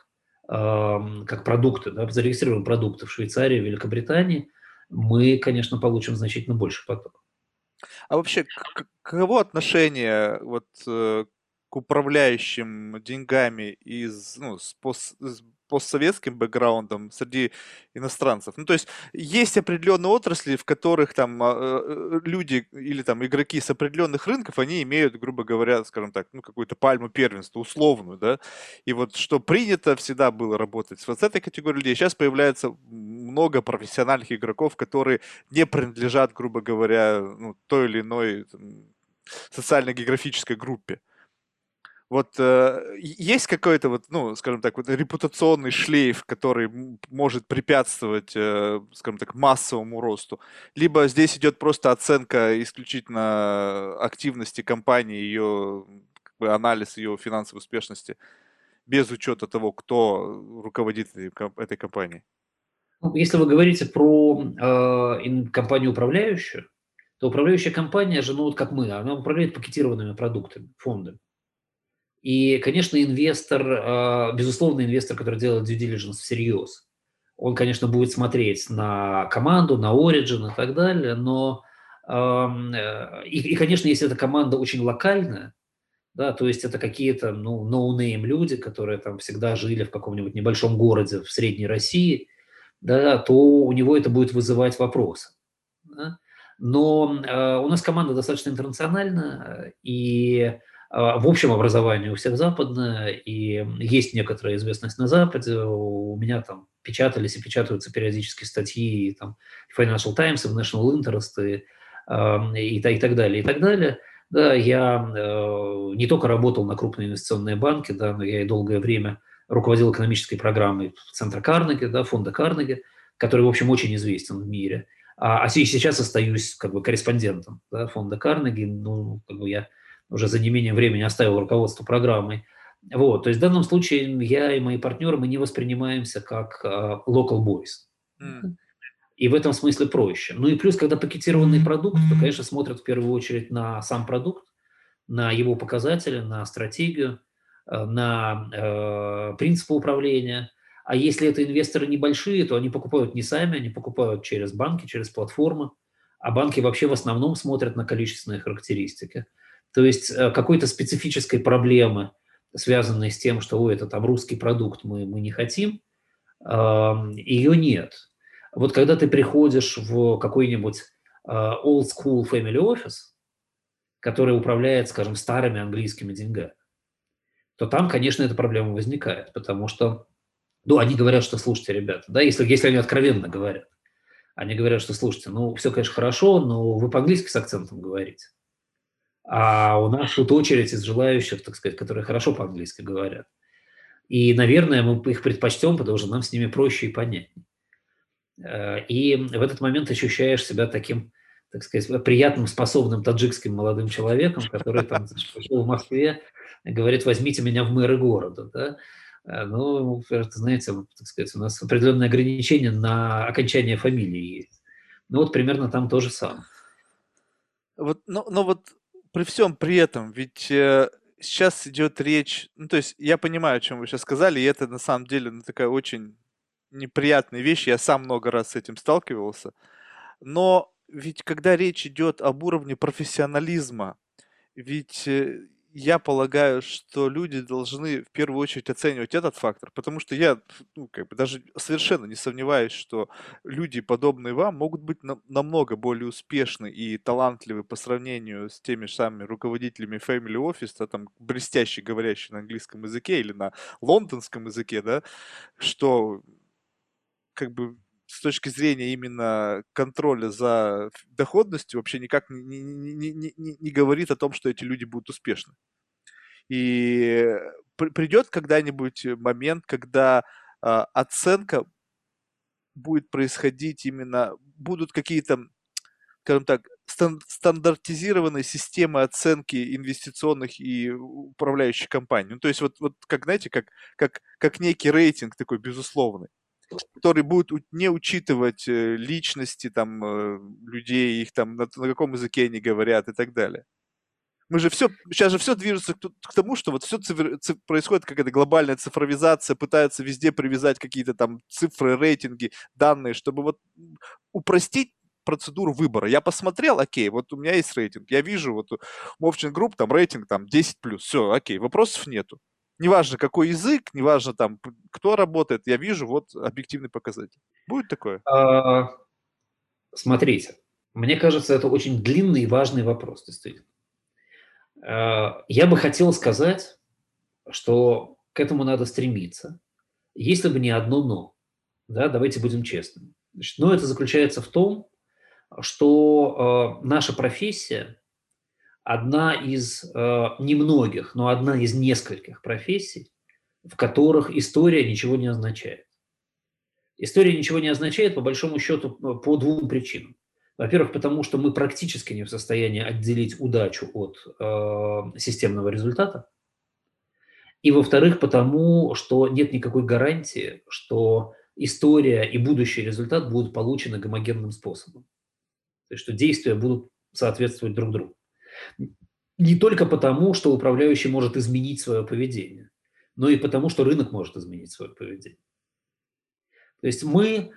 как продукты, да, зарегистрируем продукты в Швейцарии, Великобритании, мы, конечно, получим значительно больше поток. А вообще, каково отношение вот к управляющим деньгами ну, с постсоветским бэкграундом среди иностранцев? Ну, то есть есть определенные отрасли, в которых там люди или там игроки с определенных рынков, они имеют, грубо говоря, скажем так, ну, какую-то пальму первенства, условную, да, и вот что принято всегда было работать вот с этой категорией людей. Сейчас появляется много профессиональных игроков, которые не принадлежат, грубо говоря, ну, той или иной социально-географической группе. Вот есть какой-то вот, ну, скажем так, вот репутационный шлейф, который может препятствовать, скажем так, массовому росту, либо здесь идет просто оценка исключительно активности компании, ее как бы, анализ ее финансовой успешности, без учета того, кто руководит этой компанией. Ну, если вы говорите про компанию управляющую, то управляющая компания же, ну вот как мы, она управляет пакетированными продуктами, фондами. И, конечно, безусловно, инвестор, который делает due diligence всерьез, он, конечно, будет смотреть на команду, на origin и так далее, но, конечно, если эта команда очень локальная, да, то есть это какие-то, ну, no-name люди, которые там всегда жили в каком-нибудь небольшом городе в Средней России, да, то у него это будет вызывать вопросы. Да. Но у нас команда достаточно интернациональная, и в общем образовании у всех западное, и есть некоторая известность на Западе. У меня там печатались и печатаются периодически статьи там, в Financial Times, и в National Interest, и так далее, и так далее. Да, я не только работал на крупные инвестиционные банки, да, но я и долгое время руководил экономической программой Центра Карнеги, да, фонда Карнеги, который, в общем, очень известен в мире. Сейчас остаюсь как бы корреспондентом, да, фонда Карнеги. Ну, как бы я уже за неимением времени оставил руководство программой. Вот, то есть в данном случае я и мои партнеры, мы не воспринимаемся как local boys. М, И в этом смысле проще. Ну и плюс, когда пакетированный продукт, то, конечно, смотрят в первую очередь на сам продукт, на его показатели, на стратегию, на принципы управления. А если это инвесторы небольшие, то они покупают не сами, они покупают через банки, через платформы. А банки вообще в основном смотрят на количественные характеристики. То есть какой-то специфической проблемы, связанной с тем, что это там русский продукт, мы не хотим, ее нет. Вот когда ты приходишь в какой-нибудь old school family office, который управляет, скажем, старыми английскими деньгами, то там, конечно, эта проблема возникает, потому что, ну, они говорят, что, слушайте, ребята, да, если они откровенно говорят, они говорят, что, слушайте, ну, все, конечно, хорошо, но вы по-английски с акцентом говорите, а у нас тут очередь из желающих, так сказать, которые хорошо по-английски говорят. И, наверное, мы их предпочтем, потому что нам с ними проще и понятнее. И в этот момент ощущаешь себя таким, так сказать, приятным, способным таджикским молодым человеком, который там пришел в Москве и говорит: возьмите меня в мэры города. Да? Ну, это, знаете, вот, так сказать, у нас определенные ограничения на окончание фамилии есть. Ну вот примерно там то же самое. Вот, но вот при всем при этом, ведь сейчас идет речь, ну, то есть я понимаю, о чем вы сейчас сказали, и это на самом деле ну, такая очень неприятная вещь, я сам много раз с этим сталкивался, но ведь когда речь идет об уровне профессионализма, ведь я полагаю, что люди должны в первую очередь оценивать этот фактор, потому что я, ну, как бы даже совершенно не сомневаюсь, что люди, подобные вам, могут быть намного более успешны и талантливы по сравнению с теми же самыми руководителями Family Office, да, там, блестяще говорящие на английском языке или на лондонском языке, да, что как бы с точки зрения именно контроля за доходностью вообще никак не говорит о том, что эти люди будут успешны. И придет когда-нибудь момент, когда оценка будет происходить именно, будут какие-то, скажем так, стандартизированные системы оценки инвестиционных и управляющих компаний. Ну, то есть вот как, знаете, как некий рейтинг такой безусловный. который будет не учитывать личности там людей, их там на каком языке они говорят и так далее. Мы же все, сейчас же все движется к тому, что вот все происходит какая-то глобальная цифровизация, пытаются везде привязать какие-то там цифры, рейтинги, данные, чтобы вот упростить процедуру выбора. Я посмотрел, окей, вот у меня есть рейтинг, я вижу, вот у Мовчин Групп там рейтинг там 10+, все, окей, вопросов нету. Неважно, какой язык, неважно там, кто работает, я вижу вот объективный показатель. Будет такое? А, Смотрите, мне кажется, это очень длинный и важный вопрос, действительно. Я бы хотел сказать, что к этому надо стремиться, если бы не одно «но». Да, давайте будем честными. Значит, но это заключается в том, что наша профессия одна из немногих, но одна из нескольких профессий, в которых история ничего не означает. История ничего не означает, по большому счету, по двум причинам. Во-первых, потому что мы практически не в состоянии отделить удачу от системного результата. И, во-вторых, потому что нет никакой гарантии, что история и будущий результат будут получены гомогенным способом. То есть, что действия будут соответствовать друг другу. Не только потому, что управляющий может изменить свое поведение, но и потому, что рынок может изменить свое поведение. То есть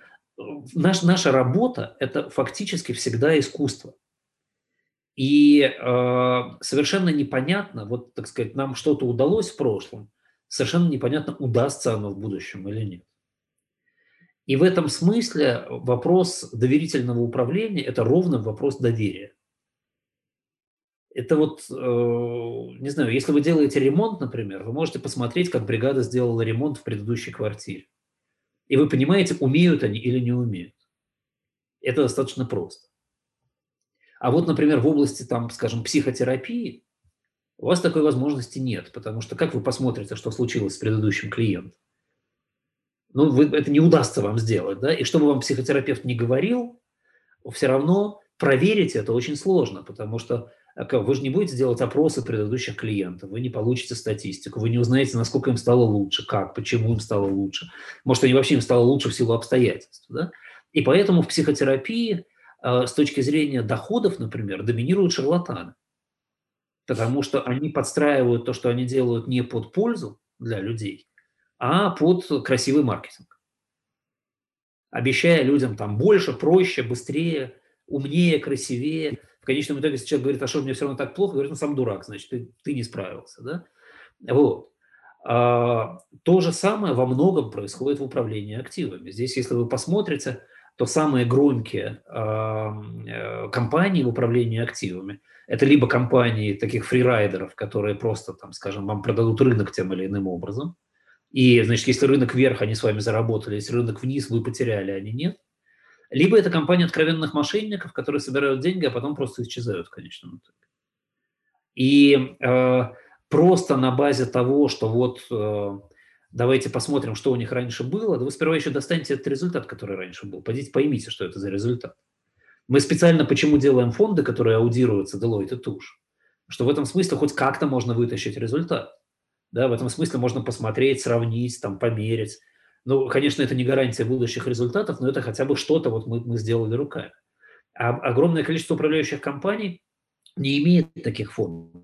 наша работа – это фактически всегда искусство. И совершенно непонятно, вот, так сказать, нам что-то удалось в прошлом, совершенно непонятно, удастся оно в будущем или нет. И в этом смысле вопрос доверительного управления – это ровно вопрос доверия. Это вот, не знаю, если вы делаете ремонт, например, вы можете посмотреть, как бригада сделала ремонт в предыдущей квартире. И вы понимаете, умеют они или не умеют. Это достаточно просто. А вот, например, в области, там, скажем, психотерапии у вас такой возможности нет, потому что как вы посмотрите, что случилось с предыдущим клиентом? Ну, это не удастся вам сделать, да? И что бы вам психотерапевт не говорил, все равно проверить это очень сложно, потому что вы же не будете делать опросы предыдущих клиентов, вы не получите статистику, вы не узнаете, насколько им стало лучше, как, почему им стало лучше. Может, они вообще им стало лучше в силу обстоятельств. Да? И поэтому в психотерапии с точки зрения доходов, например, доминируют шарлатаны, потому что они подстраивают то, что они делают не под пользу для людей, а под красивый маркетинг, обещая людям там больше, проще, быстрее, умнее, красивее. В конечном итоге, если человек говорит, а что, мне все равно так плохо, говорит, ну, сам дурак, значит, ты не справился. Да? Вот. То же самое во многом происходит в управлении активами. Здесь, если вы посмотрите, то самые громкие компании в управлении активами – это либо компании таких фрирайдеров, которые просто, там, скажем, вам продадут рынок тем или иным образом, и, значит, если рынок вверх, они с вами заработали, если рынок вниз, вы потеряли, они нет. Либо это компания откровенных мошенников, которые собирают деньги, а потом просто исчезают в конечном итоге. И просто на базе того, что вот давайте посмотрим, что у них раньше было, да вы сперва еще достанете этот результат, который раньше был. Пойдите поймите, что это за результат. Мы специально почему делаем фонды, которые аудируются Deloitte и Touche? Что в этом смысле хоть как-то можно вытащить результат. Да, в этом смысле можно посмотреть, сравнить, там, померить. Ну, конечно, это не гарантия будущих результатов, но это хотя бы что-то вот мы сделали руками. А огромное количество управляющих компаний не имеет таких фондов.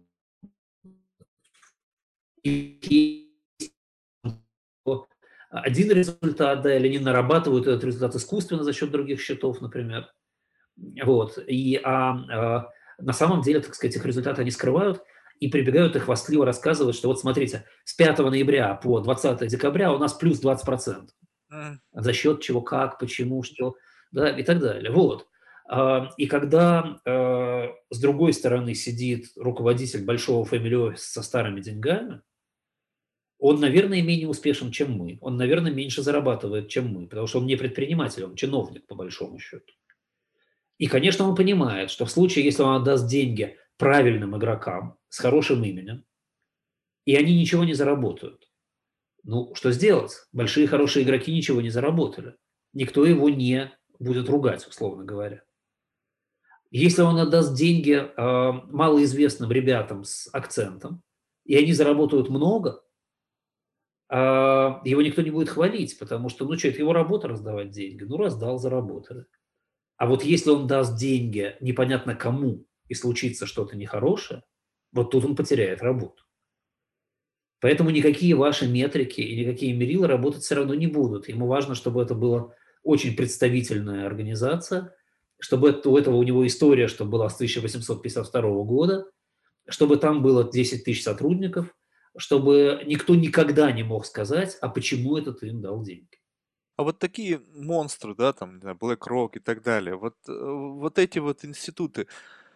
Один результат, да, или они нарабатывают этот результат искусственно за счет других счетов, например. Вот. На самом деле, так сказать, их результаты они скрывают и прибегают и хвастливо рассказывают, что вот смотрите, с 5 ноября по 20 декабря у нас плюс 20%. За счет чего, как, почему, что, да, и так далее. Вот. И когда с другой стороны сидит руководитель большого family office со старыми деньгами, он, наверное, менее успешен, чем мы. Он, наверное, меньше зарабатывает, чем мы, потому что он не предприниматель, он чиновник, по большому счету. И, конечно, он понимает, что в случае, если он отдаст деньги правильным игрокам с хорошим именем, и они ничего не заработают, ну, что сделать? Большие хорошие игроки ничего не заработали. Никто его не будет ругать, условно говоря. Если он отдаст деньги малоизвестным ребятам с акцентом, и они заработают много, его никто не будет хвалить, потому что, ну что, это его работа раздавать деньги. Ну, раздал, заработали. А вот если он даст деньги непонятно кому и случится что-то нехорошее, вот тут он потеряет работу. Поэтому никакие ваши метрики и никакие мерилы работать все равно не будут. Ему важно, чтобы это была очень представительная организация, чтобы у этого у него история, чтобы была с 1852 года, чтобы там было 10 тысяч сотрудников, чтобы никто никогда не мог сказать, а почему это ты им дал деньги. А вот такие монстры, да, там, не знаю, BlackRock и так далее, вот, вот эти вот институты,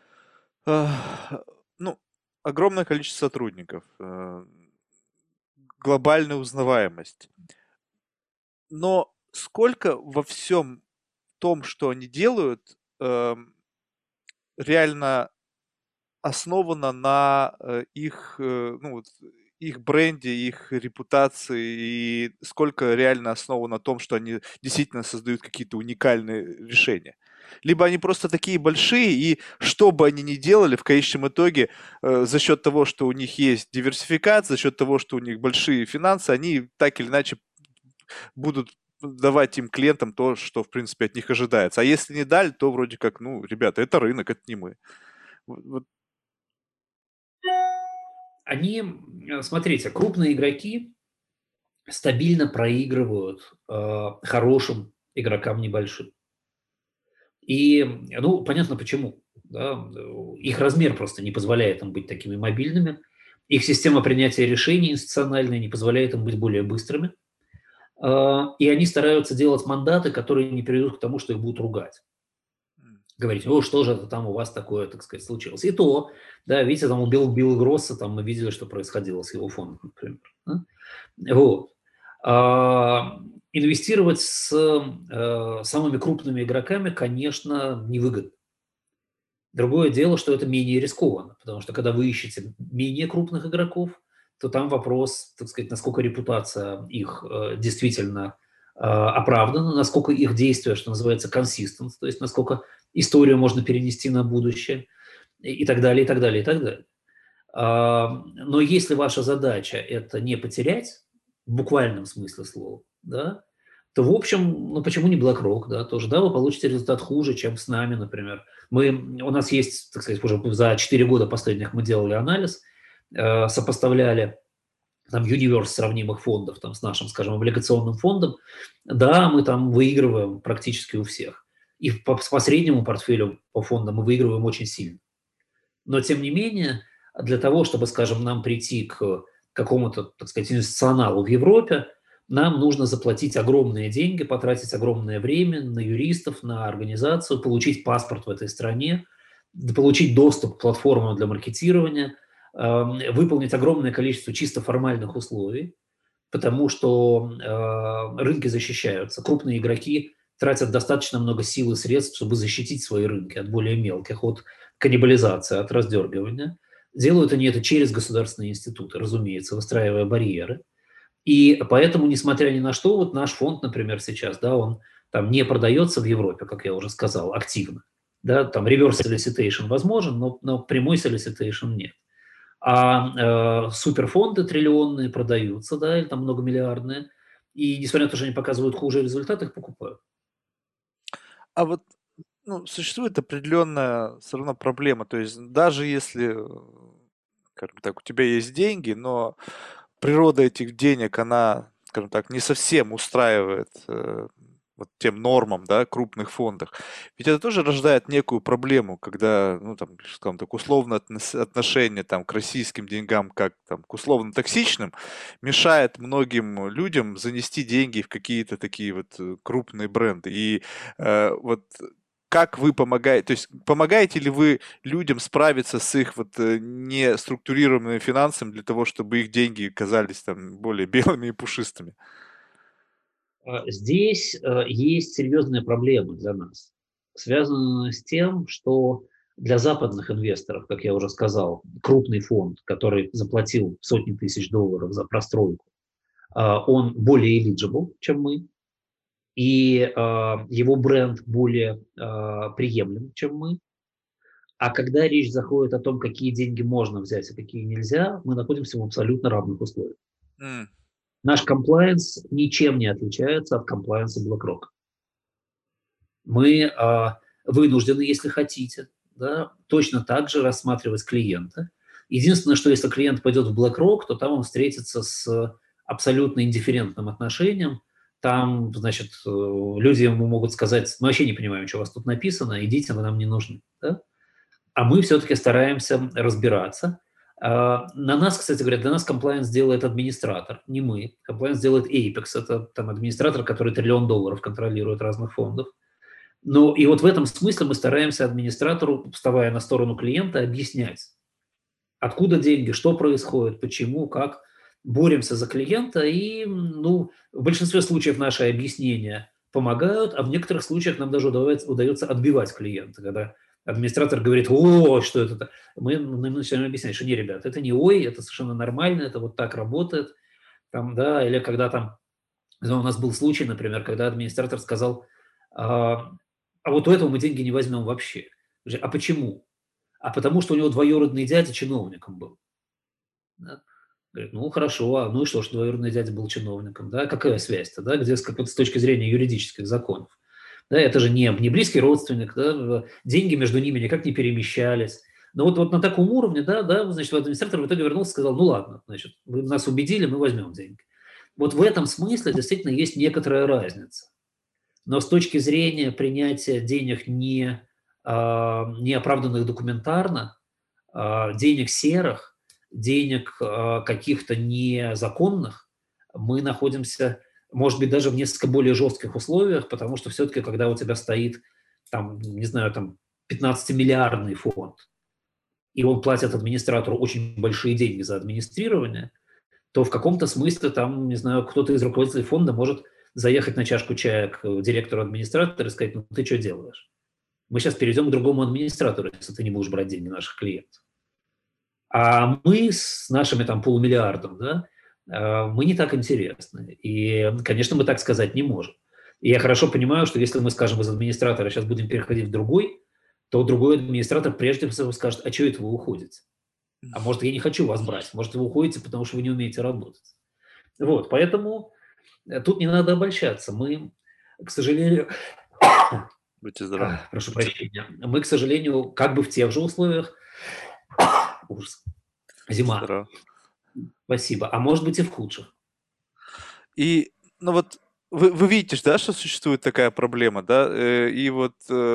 ну, огромное количество сотрудников, глобальная узнаваемость. Но сколько во всем том, что они делают, реально основано на, их, ну, вот, их бренде, их репутации, и сколько реально основано на том, что они действительно создают какие-то уникальные решения. Либо они просто такие большие, и что бы они ни делали, в конечном итоге, за счет того, что у них есть диверсификация, за счет того, что у них большие финансы, они так или иначе будут давать им клиентам то, что, в принципе, от них ожидается. А если не дали, то вроде как, ну, ребята, это рынок, это не мы. Вот. Они, смотрите, крупные игроки стабильно проигрывают хорошим игрокам небольшим. И, ну, понятно почему. Да? Их размер просто не позволяет им быть такими мобильными. Их система принятия решений институциональная не позволяет им быть более быстрыми. И они стараются делать мандаты, которые не приведут к тому, что их будут ругать. Говорить, о, что же это там у вас такое, так сказать, случилось. И то, да, видите, там у Билла Гросса, там мы видели, что происходило с его фондом, например. Да? Вот. А, инвестировать с самыми крупными игроками, конечно, невыгодно. Другое дело, что это менее рискованно, потому что когда вы ищете менее крупных игроков, то там вопрос, так сказать, насколько репутация их действительно оправдана, насколько их действия, что называется, consistent, то есть насколько историю можно перенести на будущее и так далее, и так далее, и так далее. Но если ваша задача – это не потерять, в буквальном смысле слова, да, то, в общем, ну почему не BlackRock, да, тоже, да, вы получите результат хуже, чем с нами, например. У нас есть, так сказать, уже за 4 года последних мы делали анализ, сопоставляли там юниверс сравнимых фондов там, с нашим, скажем, облигационным фондом, да, мы там выигрываем практически у всех. И по среднему портфелю по фондам мы выигрываем очень сильно. Но, тем не менее, для того, чтобы, скажем, нам прийти к какому-то, так сказать, инвестиционалу в Европе, нам нужно заплатить огромные деньги, потратить огромное время на юристов, на организацию, получить паспорт в этой стране, получить доступ к платформам для маркетирования, выполнить огромное количество чисто формальных условий, потому что рынки защищаются. Крупные игроки тратят достаточно много сил и средств, чтобы защитить свои рынки от более мелких, от каннибализации, от раздергивания. Делают они это через государственные институты, разумеется, выстраивая барьеры. И поэтому, несмотря ни на что, вот наш фонд, например, сейчас, да, он там не продается в Европе, как я уже сказал, активно. Да, там reverse solicitation возможен, но прямой solicitation нет. Суперфонды триллионные продаются, да, или там многомиллиардные, и несмотря на то, что они показывают хуже результаты, их покупают. А вот, ну, существует определенная все равно проблема. То есть даже если, скажем так, у тебя есть деньги, но природа этих денег, она, скажем так, не совсем устраивает вот тем нормам, да, крупных фондах. Ведь это тоже рождает некую проблему, когда, ну, там, скажем так, условно отношение там к российским деньгам, как там к условно токсичным, мешает многим людям занести деньги в какие-то такие вот крупные бренды. И вот как вы помогаете, то есть помогаете ли вы людям справиться с их вот неструктурированными финансами для того, чтобы их деньги казались там более белыми и пушистыми? Здесь есть серьезная проблема для нас, связанная с тем, что для западных инвесторов, как я уже сказал, крупный фонд, который заплатил сотни тысяч долларов за простройку, он более eligible, чем мы, и его бренд более приемлем, чем мы. А когда речь заходит о том, какие деньги можно взять, а какие нельзя, мы находимся в абсолютно равных условиях. М. Наш комплайенс ничем не отличается от комплайенса BlackRock. Мы вынуждены, если хотите, да, точно так же рассматривать клиента. Единственное, что если клиент пойдет в BlackRock, то там он встретится с абсолютно индифферентным отношением. Там, значит, люди ему могут сказать: мы вообще не понимаем, что у вас тут написано, идите, вы нам не нужны. Да? А мы все-таки стараемся разбираться. На нас, кстати говоря, для нас комплайенс делает администратор, не мы. Комплайенс делает Apex, это там администратор, который $1 триллион контролирует разных фондов. Ну и вот в этом смысле мы стараемся администратору, вставая на сторону клиента, объяснять, откуда деньги, что происходит, почему, как. Боремся за клиента, и ну, в большинстве случаев наши объяснения помогают, а в некоторых случаях нам даже удается отбивать клиента, когда администратор говорит: о, что это, мы начинаем объяснять, что не, ребят, это не ой, это совершенно нормально, это вот так работает. Там, да, или когда там, у нас был случай, например, когда администратор сказал: а вот у этого мы деньги не возьмем вообще. А почему? А потому что у него двоюродный дядя чиновником был. Да? Говорит: ну хорошо, а ну и что двоюродный дядя был чиновником, да, какая связь-то, да, где с точки зрения юридических законов. Да, это же не близкий родственник, да, деньги между ними никак не перемещались. Но вот на таком уровне, да, значит, администратор в итоге вернулся и сказал: ну ладно, значит, вы нас убедили, мы возьмем деньги. Вот в этом смысле действительно есть некоторая разница. Но с точки зрения принятия денег не оправданных документарно, денег серых, денег каких-то незаконных, мы находимся, может быть, даже в несколько более жестких условиях, потому что все-таки, когда у тебя стоит, там, не знаю, там 15-миллиардный фонд, и он платит администратору очень большие деньги за администрирование, то в каком-то смысле там, не знаю, кто-то из руководителей фонда может заехать на чашку чая к директору администратора и сказать: ну ты что делаешь? Мы сейчас перейдем к другому администратору, если ты не будешь брать деньги наших клиентов. А мы с нашими там полумиллиардом, да, мы не так интересны. И, конечно, мы так сказать не можем. И я хорошо понимаю, что если мы, скажем, из администратора сейчас будем переходить в другой, то другой администратор прежде всего скажет: а что это вы уходите? А может, я не хочу вас брать, может, вы уходите, потому что вы не умеете работать. Вот, поэтому тут не надо обольщаться. Мы, к сожалению, Будьте здоровы. прошу прощения, мы, к сожалению, как бы в тех же условиях, ужас, зима, Здорово. спасибо, а может быть и в худших. И, ну вот, вы видите, да, что существует такая проблема, да, и вот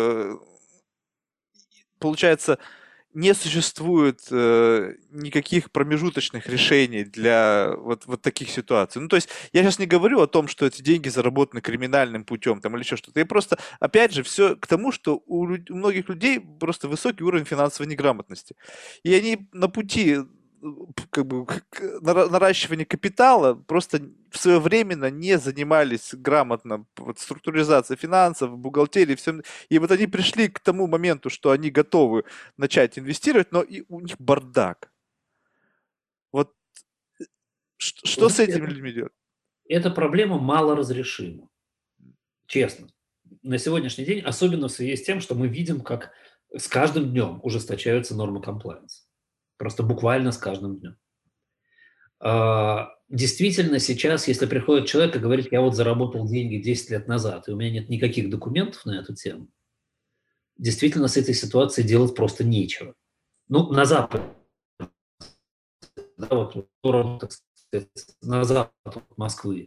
получается, не существует никаких промежуточных решений для вот таких ситуаций. Ну, то есть я сейчас не говорю о том, что эти деньги заработаны криминальным путем там, или еще что-то. Я просто, опять же, все к тому, что у многих людей просто высокий уровень финансовой неграмотности. И они на пути как бы наращивания капитала просто своевременно не занимались грамотно вот, структуризацией финансов, бухгалтерией, всем. И вот они пришли к тому моменту, что они готовы начать инвестировать, но и у них бардак. Вот что с этими людьми делать? Эта проблема мало разрешима, честно. На сегодняшний день, особенно в связи с тем, что мы видим, как с каждым днем ужесточаются нормы комплайенса. Просто буквально с каждым днем. Действительно, сейчас, если приходит человек и говорит: я вот заработал деньги 10 лет назад, и у меня нет никаких документов на эту тему, действительно с этой ситуацией делать просто нечего. Ну, на Западе, да, вот в сторону, так сказать, на запад от Москвы.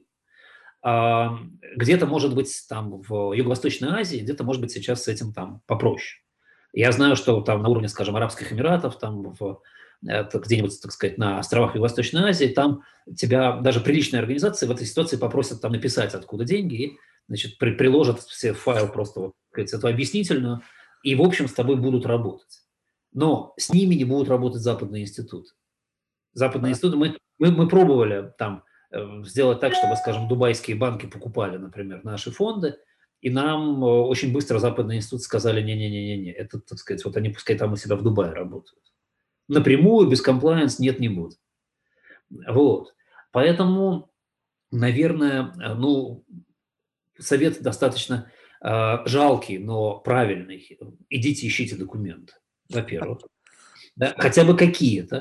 Где-то, может быть, там в Юго-Восточной Азии, где-то, может быть, сейчас с этим там попроще. Я знаю, что там на уровне, скажем, Арабских Эмиратов, там где-нибудь, так сказать, на островах Юго-Восточной Азии, там тебя даже приличные организации в этой ситуации попросят там написать, откуда деньги, и, значит, приложат все файл просто, вот, сказать, эту объяснительную, и, в общем, с тобой будут работать. Но с ними не будут работать западные институты. Западные институты, мы пробовали там сделать так, чтобы, скажем, дубайские банки покупали, например, наши фонды, и нам очень быстро западные институты сказали: не-не-не-не, это, так сказать, вот они пускай там у себя в Дубае работают. Напрямую, без комплайенс нет, не будет. Вот. Поэтому, наверное, ну, совет достаточно жалкий, но правильный. Идите ищите документы, во-первых. Да, хотя бы какие-то.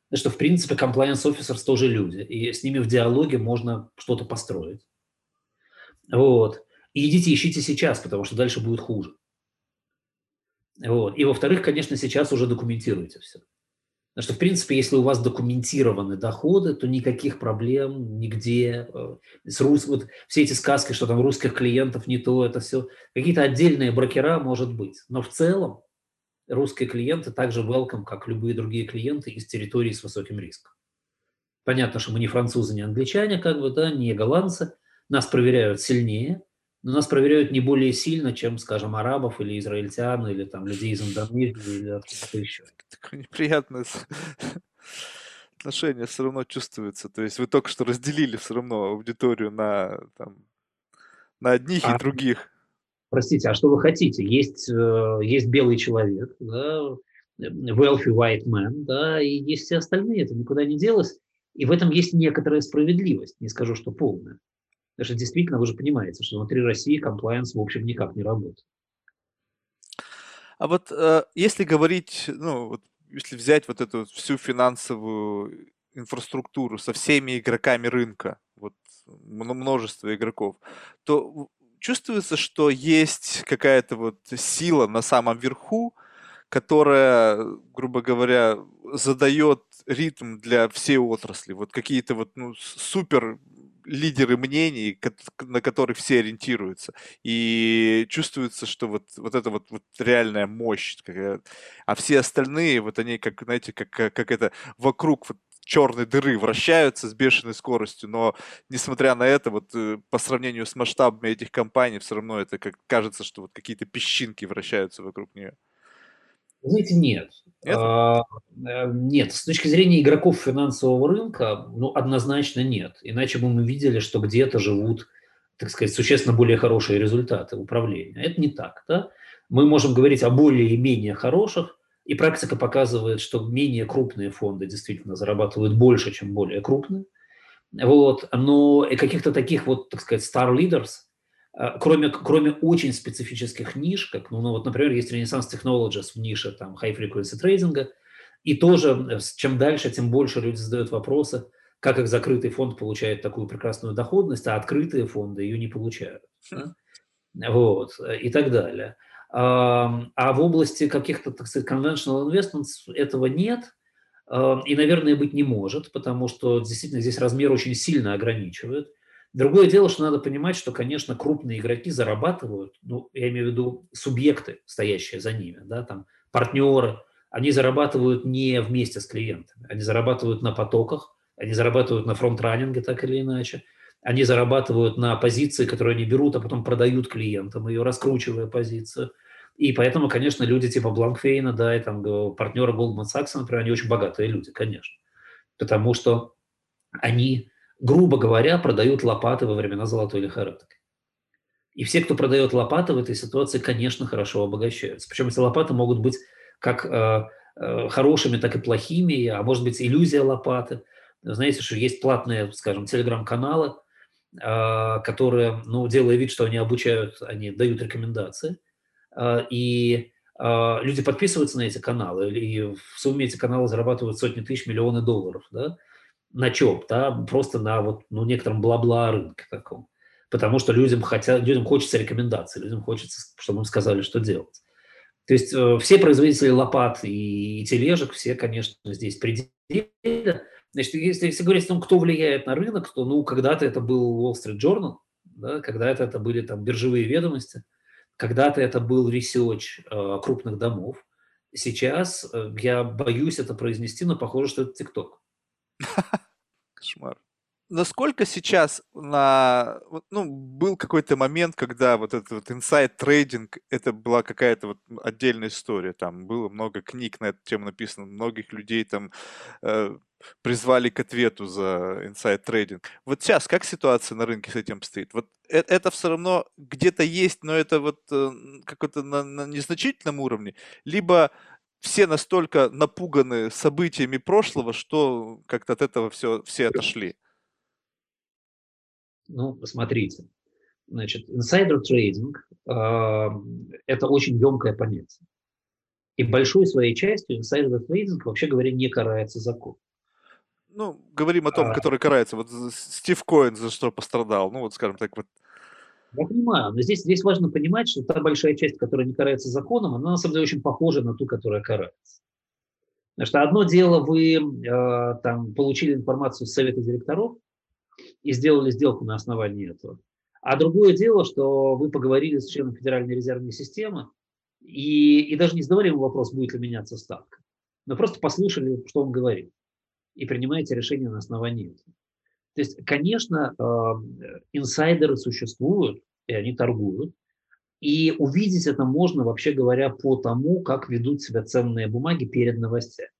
что, в принципе, compliance officers тоже люди, и с ними в диалоге можно что-то построить. Вот. И идите ищите сейчас, потому что дальше будет хуже. Вот. И, во-вторых, конечно, сейчас уже документируйте все. Потому что, в принципе, если у вас документированы доходы, то никаких проблем нигде. Вот все эти сказки, что там русских клиентов не то, это все. Какие-то отдельные брокера, может быть. Но в целом русские клиенты также welcome, как любые другие клиенты из территории с высоким риском. Понятно, что мы не французы, не англичане, как бы, да, не голландцы. Нас проверяют сильнее, но нас проверяют не более сильно, чем, скажем, арабов или израильтян, или там людей из Индонезии, или откуда-то еще. Такое неприятное отношение все равно чувствуется. То есть вы только что разделили все равно аудиторию на, там, на одних и А, других. простите, а что вы хотите? Есть белый человек, да, wealthy white man, да, и есть все остальные, это никуда не делось. И в этом есть некоторая справедливость, не скажу, что полная. Потому что действительно, вы же понимаете, что внутри России комплайенс, в общем, никак не работает. А вот если говорить, ну, вот, если взять вот эту вот всю финансовую инфраструктуру со всеми игроками рынка, вот множество игроков, то чувствуется, что есть какая-то вот сила на самом верху, которая, грубо говоря, задает ритм для всей отрасли. Вот какие-то вот ну, супер лидеры мнений, на которых все ориентируются. И чувствуется, что вот это вот реальная мощь. А все остальные, вот они, как, знаете, как это вокруг вот черной дыры вращаются с бешеной скоростью, но несмотря на это, вот по сравнению с масштабами этих компаний, все равно это как кажется, что вот какие-то песчинки вращаются вокруг нее. Знаете, нет. Нет? Нет, с точки зрения игроков финансового рынка, ну, однозначно нет. Иначе бы мы видели, что где-то живут, так сказать, существенно более хорошие результаты управления. Это не так, да? Мы можем говорить о более и менее хороших, и практика показывает, что менее крупные фонды действительно зарабатывают больше, чем более крупные. Вот. Но и каких-то таких вот, так сказать, star leaders, кроме очень специфических ниш, как, ну вот, например, есть Renaissance Technologies в нише там high frequency трейдинга, и тоже чем дальше, тем больше люди задают вопросы, как их закрытый фонд получает такую прекрасную доходность, а открытые фонды ее не получают. Да? Вот, и так далее. А в области каких-то, так сказать, conventional investments этого нет, и, наверное, быть не может, потому что действительно здесь размер очень сильно ограничивает. Другое дело, что надо понимать, что, конечно, крупные игроки зарабатывают, ну, я имею в виду субъекты, стоящие за ними, да, там, партнеры, они зарабатывают не вместе с клиентами, они зарабатывают на потоках, они зарабатывают на фронт-раннинге так или иначе, они зарабатывают на позиции, которые они берут, а потом продают клиентам, ее раскручивая позицию. И поэтому, конечно, люди типа Бланкфейна, да, и там партнеры Goldman Sachs, например, они очень богатые люди, конечно. Потому что они, грубо говоря, продают лопаты во времена золотой лихорадки. И все, кто продает лопаты в этой ситуации, конечно, хорошо обогащаются. Причем эти лопаты могут быть как хорошими, так и плохими, а может быть иллюзия лопаты. Знаете, что есть платные, скажем, телеграм-каналы, которые, ну, делая вид, что они обучают, они дают рекомендации, и люди подписываются на эти каналы, и в сумме эти каналы зарабатывают сотни тысяч, миллионы долларов, да, на чем? Да, просто на вот, ну, некотором бла-бла рынке таком. Потому что людям хочется рекомендаций, людям хочется, чтобы им сказали, что делать. То есть все производители лопат и тележек, все, конечно, здесь пределе. Значит, если говорить о том, кто влияет на рынок, то, ну, когда-то это был Wall Street Journal, да, когда-то это были там биржевые ведомости, когда-то это был ресерч крупных домов. Сейчас я боюсь это произнести, но похоже, что это TikTok. Кошмар. Насколько сейчас ну, был какой-то момент, когда вот этот вот инсайд трейдинг, это была какая-то вот отдельная история, там было много книг на эту тему написано, многих людей там э, призвали к ответу за инсайд трейдинг. Вот сейчас как ситуация на рынке с этим стоит? Вот это все равно где-то есть, но это вот какой-то на незначительном уровне, либо все настолько напуганы событиями прошлого, что как-то от этого все отошли. Ну, посмотрите. Значит, инсайдер трейдинг это очень емкое понятие. И большой своей частью инсайдер трейдинг, вообще говоря, не карается закон. Ну, говорим о том, А, который карается. Вот Стив Коэн за что пострадал? Ну, вот скажем так, вот. Я понимаю, но здесь важно понимать, что та большая часть, которая не карается законом, она на самом деле очень похожа на ту, которая карается. Потому что одно дело, вы там получили информацию с совета директоров и сделали сделку на основании этого. А другое дело, что вы поговорили с членом Федеральной резервной системы и даже не задавали ему вопрос, будет ли меняться ставка, но просто послушали, что он говорит, и принимаете решение на основании этого. То есть, конечно, инсайдеры существуют, и они торгуют. И увидеть это можно, вообще говоря, по тому, как ведут себя ценные бумаги перед новостями.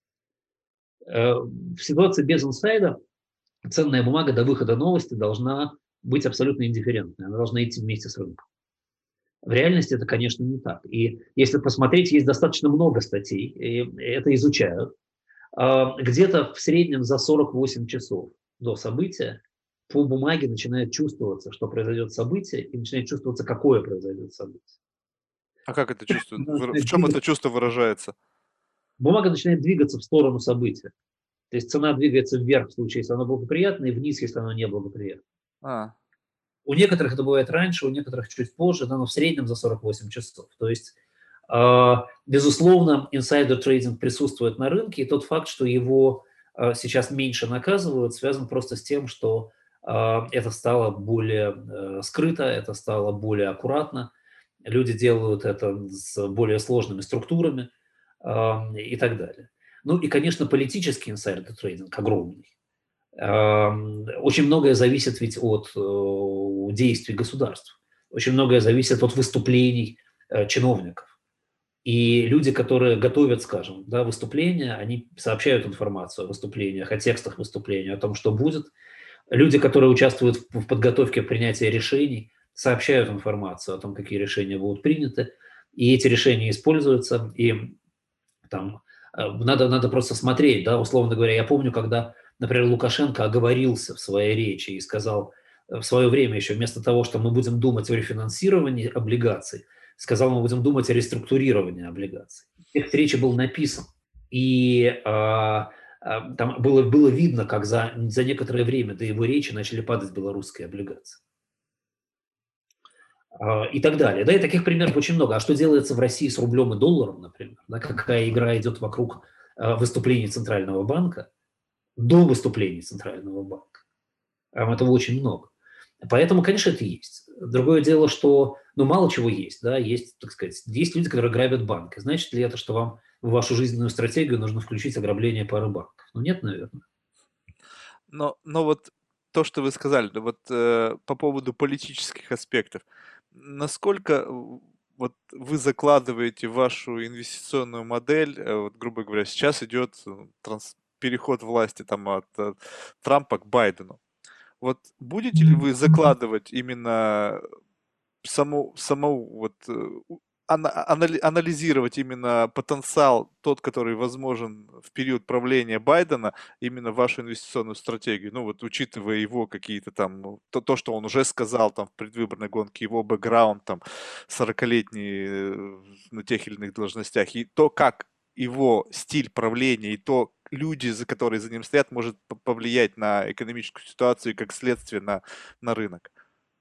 В ситуации без инсайда ценная бумага до выхода новости должна быть абсолютно индифферентной. Она должна идти вместе с рынком. В реальности это, конечно, не так. И если посмотреть, есть достаточно много статей, и это изучают. Где-то в среднем за 48 часов до события по бумаге начинает чувствоваться, что произойдет событие, и начинает чувствоваться, какое произойдет событие. А как это чувство? Она В начинает чем это двигаться, чувство выражается? бумага начинает двигаться в сторону события. То есть цена двигается вверх в случае, если оно благоприятно, и вниз, если оно неблагоприятно. А, У некоторых это бывает раньше, у некоторых чуть позже, но в среднем за 48 часов. То есть, безусловно, инсайдер-трейдинг присутствует на рынке, и тот факт, что его сейчас меньше наказывают, связан просто с тем, что это стало более скрыто, это стало более аккуратно, люди делают это с более сложными структурами и так далее. Ну и, конечно, политический инсайдер-трейдинг огромный. Очень многое зависит ведь от действий государств. Очень многое зависит от выступлений чиновников. И люди, которые готовят, скажем, да, выступления, они сообщают информацию о выступлениях, о текстах выступления, о том, что будет. Люди, которые участвуют в подготовке принятия решений, сообщают информацию о том, какие решения будут приняты. И эти решения используются. И там надо просто смотреть, да, условно говоря. Я помню, когда, например, Лукашенко оговорился в своей речи и сказал в свое время еще, вместо того, что мы будем думать о рефинансировании облигаций, сказал, мы будем думать о реструктурировании облигаций. Текст речи был написан. И там было видно, как за некоторое время до его речи начали падать белорусские облигации. И так далее. Да, и таких примеров очень много. А что делается в России с рублем и долларом, например? Да, какая игра идет вокруг выступлений Центрального банка до выступлений Центрального банка? Этого очень много. Поэтому, конечно, это есть. Другое дело, что ну, мало чего есть. Да? Есть, так сказать, есть люди, которые грабят банки. Значит ли это, что вам в вашу жизненную стратегию нужно включить ограбление пары банков? Ну, нет, наверное. но вот то, что вы сказали, да, вот по поводу политических аспектов, насколько вот вы закладываете в вашу инвестиционную модель, вот, грубо говоря, сейчас идет переход власти там от Трампа к Байдену. Вот будете ли вы закладывать именно саму вот анализировать именно потенциал, тот, который возможен в период правления Байдена, именно в вашу инвестиционную стратегию? Ну вот учитывая его какие-то там, ну, то, что он уже сказал там в предвыборной гонке, его бэкграунд там 40-летний на тех или иных должностях, и то, как его стиль правления, и то, люди, которые за ним стоят, может повлиять на экономическую ситуацию и как следствие на рынок.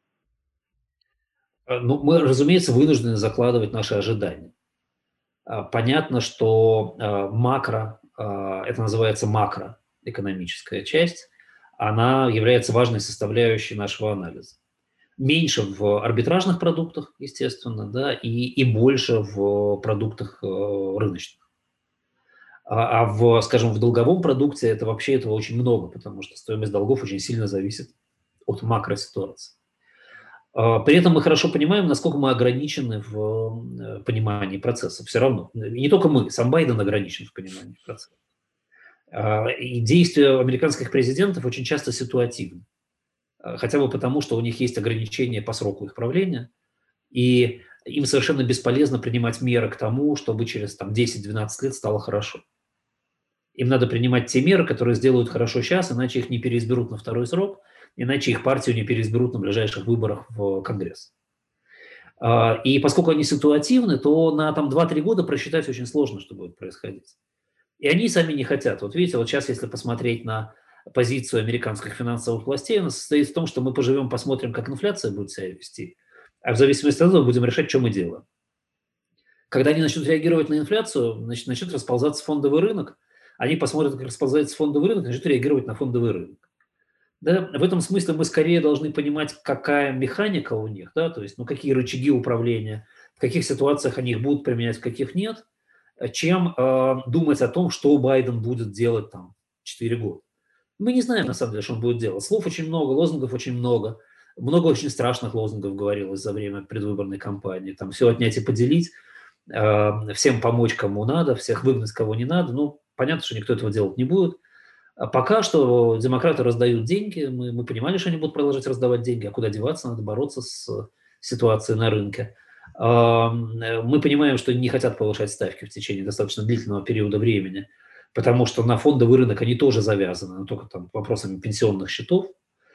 Ну, мы, разумеется, вынуждены закладывать наши ожидания. Понятно, что макро, это называется макроэкономическая часть, она является важной составляющей нашего анализа. Меньше в арбитражных продуктах, естественно, да, и больше в продуктах рыночных. Скажем, в долговом продукте это вообще этого очень много, потому что стоимость долгов очень сильно зависит от макроситуации. При этом мы хорошо понимаем, насколько мы ограничены в понимании процесса. Все равно. И не только мы, сам Байден ограничен в понимании процесса. И действия американских президентов очень часто ситуативны. Хотя бы потому, что у них есть ограничения по сроку их правления, и им совершенно бесполезно принимать меры к тому, чтобы через там, 10-12 лет стало хорошо. Им надо принимать те меры, которые сделают хорошо сейчас, иначе их не переизберут на второй срок, иначе их партию не переизберут на ближайших выборах в Конгресс. И поскольку они ситуативны, то на там, 2-3 года просчитать очень сложно, что будет происходить. И они сами не хотят. Вот видите, вот сейчас, если посмотреть на позицию американских финансовых властей, она состоит в том, что мы поживем, посмотрим, как инфляция будет себя вести, а в зависимости от этого будем решать, что мы делаем. Когда они начнут реагировать на инфляцию, значит, начнет расползаться фондовый рынок, они посмотрят, как расползается фондовый рынок, начнут реагировать на фондовый рынок. Да, в этом смысле мы скорее должны понимать, какая механика у них, да, то есть, ну, какие рычаги управления, в каких ситуациях они их будут применять, в каких нет, чем думать о том, что Байден будет делать там 4 года. Мы не знаем, на самом деле, что он будет делать. Слов очень много, лозунгов очень много. Много очень страшных лозунгов говорилось за время предвыборной кампании. Там все отнять и поделить, всем помочь, кому надо, всех выгнать, кого не надо. Ну, понятно, что никто этого делать не будет. А пока что демократы раздают деньги. Мы понимали, что они будут продолжать раздавать деньги. А куда деваться? Надо бороться с ситуацией на рынке. Мы понимаем, что не хотят повышать ставки в течение достаточно длительного периода времени, потому что на фондовый рынок они тоже завязаны, но только там вопросами пенсионных счетов.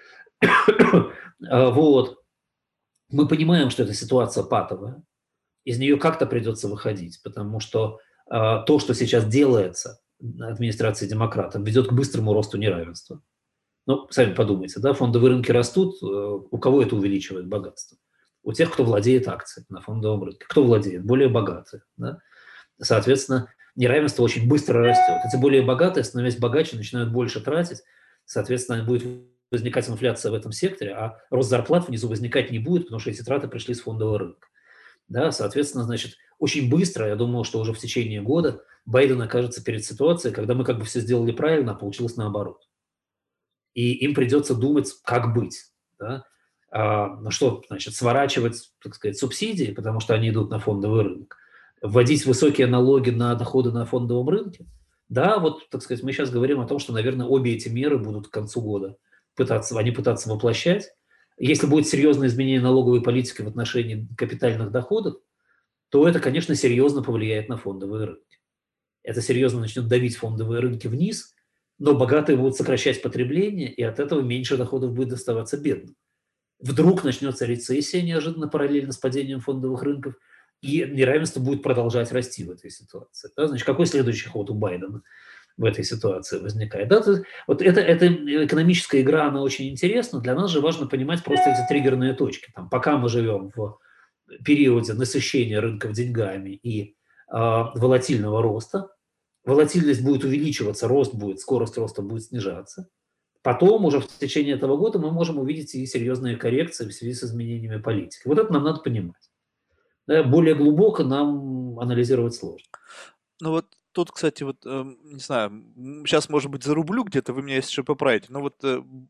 Вот. Мы понимаем, что эта ситуация патовая. Из нее как-то придется выходить, потому что то, что сейчас делается администрацией демократов, ведет к быстрому росту неравенства. Ну, сами подумайте, да, фондовые рынки растут, у кого это увеличивает богатство? У тех, кто владеет акциями на фондовом рынке. Кто владеет? Более богатые. Да? Соответственно, неравенство очень быстро растет. Эти более богатые, становясь богаче, начинают больше тратить. Соответственно, будет возникать инфляция в этом секторе, а рост зарплат внизу возникать не будет, потому что эти траты пришли с фондового рынка. Да, соответственно, значит, очень быстро, я думаю, что уже в течение года Байден окажется перед ситуацией, когда мы как бы все сделали правильно, а получилось наоборот. И им придется думать, как быть. Да? Что, значит, сворачивать, так сказать, субсидии, потому что они идут на фондовый рынок, вводить высокие налоги на доходы на фондовом рынке. Да, вот, так сказать, мы сейчас говорим о том, что, наверное, обе эти меры будут к концу года пытаться воплощать. Если будет серьезное изменение налоговой политики в отношении капитальных доходов, то это, конечно, серьезно повлияет на фондовые рынки. Это серьезно начнет давить фондовые рынки вниз, но богатые будут сокращать потребление, и от этого меньше доходов будет доставаться бедным. Вдруг начнется рецессия неожиданно параллельно с падением фондовых рынков, и неравенство будет продолжать расти в этой ситуации. Да? Значит, какой следующий ход у Байдена в этой ситуации возникает? Да? Вот эта экономическая игра, она очень интересна. Для нас же важно понимать просто эти триггерные точки. Там, пока мы живем в периоде насыщения рынков деньгами и волатильного роста, волатильность будет увеличиваться, скорость роста будет снижаться. Потом уже в течение этого года мы можем увидеть и серьезные коррекции в связи с изменениями политики. Вот это нам надо понимать. Да, более глубоко нам анализировать сложно. Ну вот тут, кстати, вот, не знаю, сейчас, может быть, зарублю где-то, вы меня если что поправите, но вот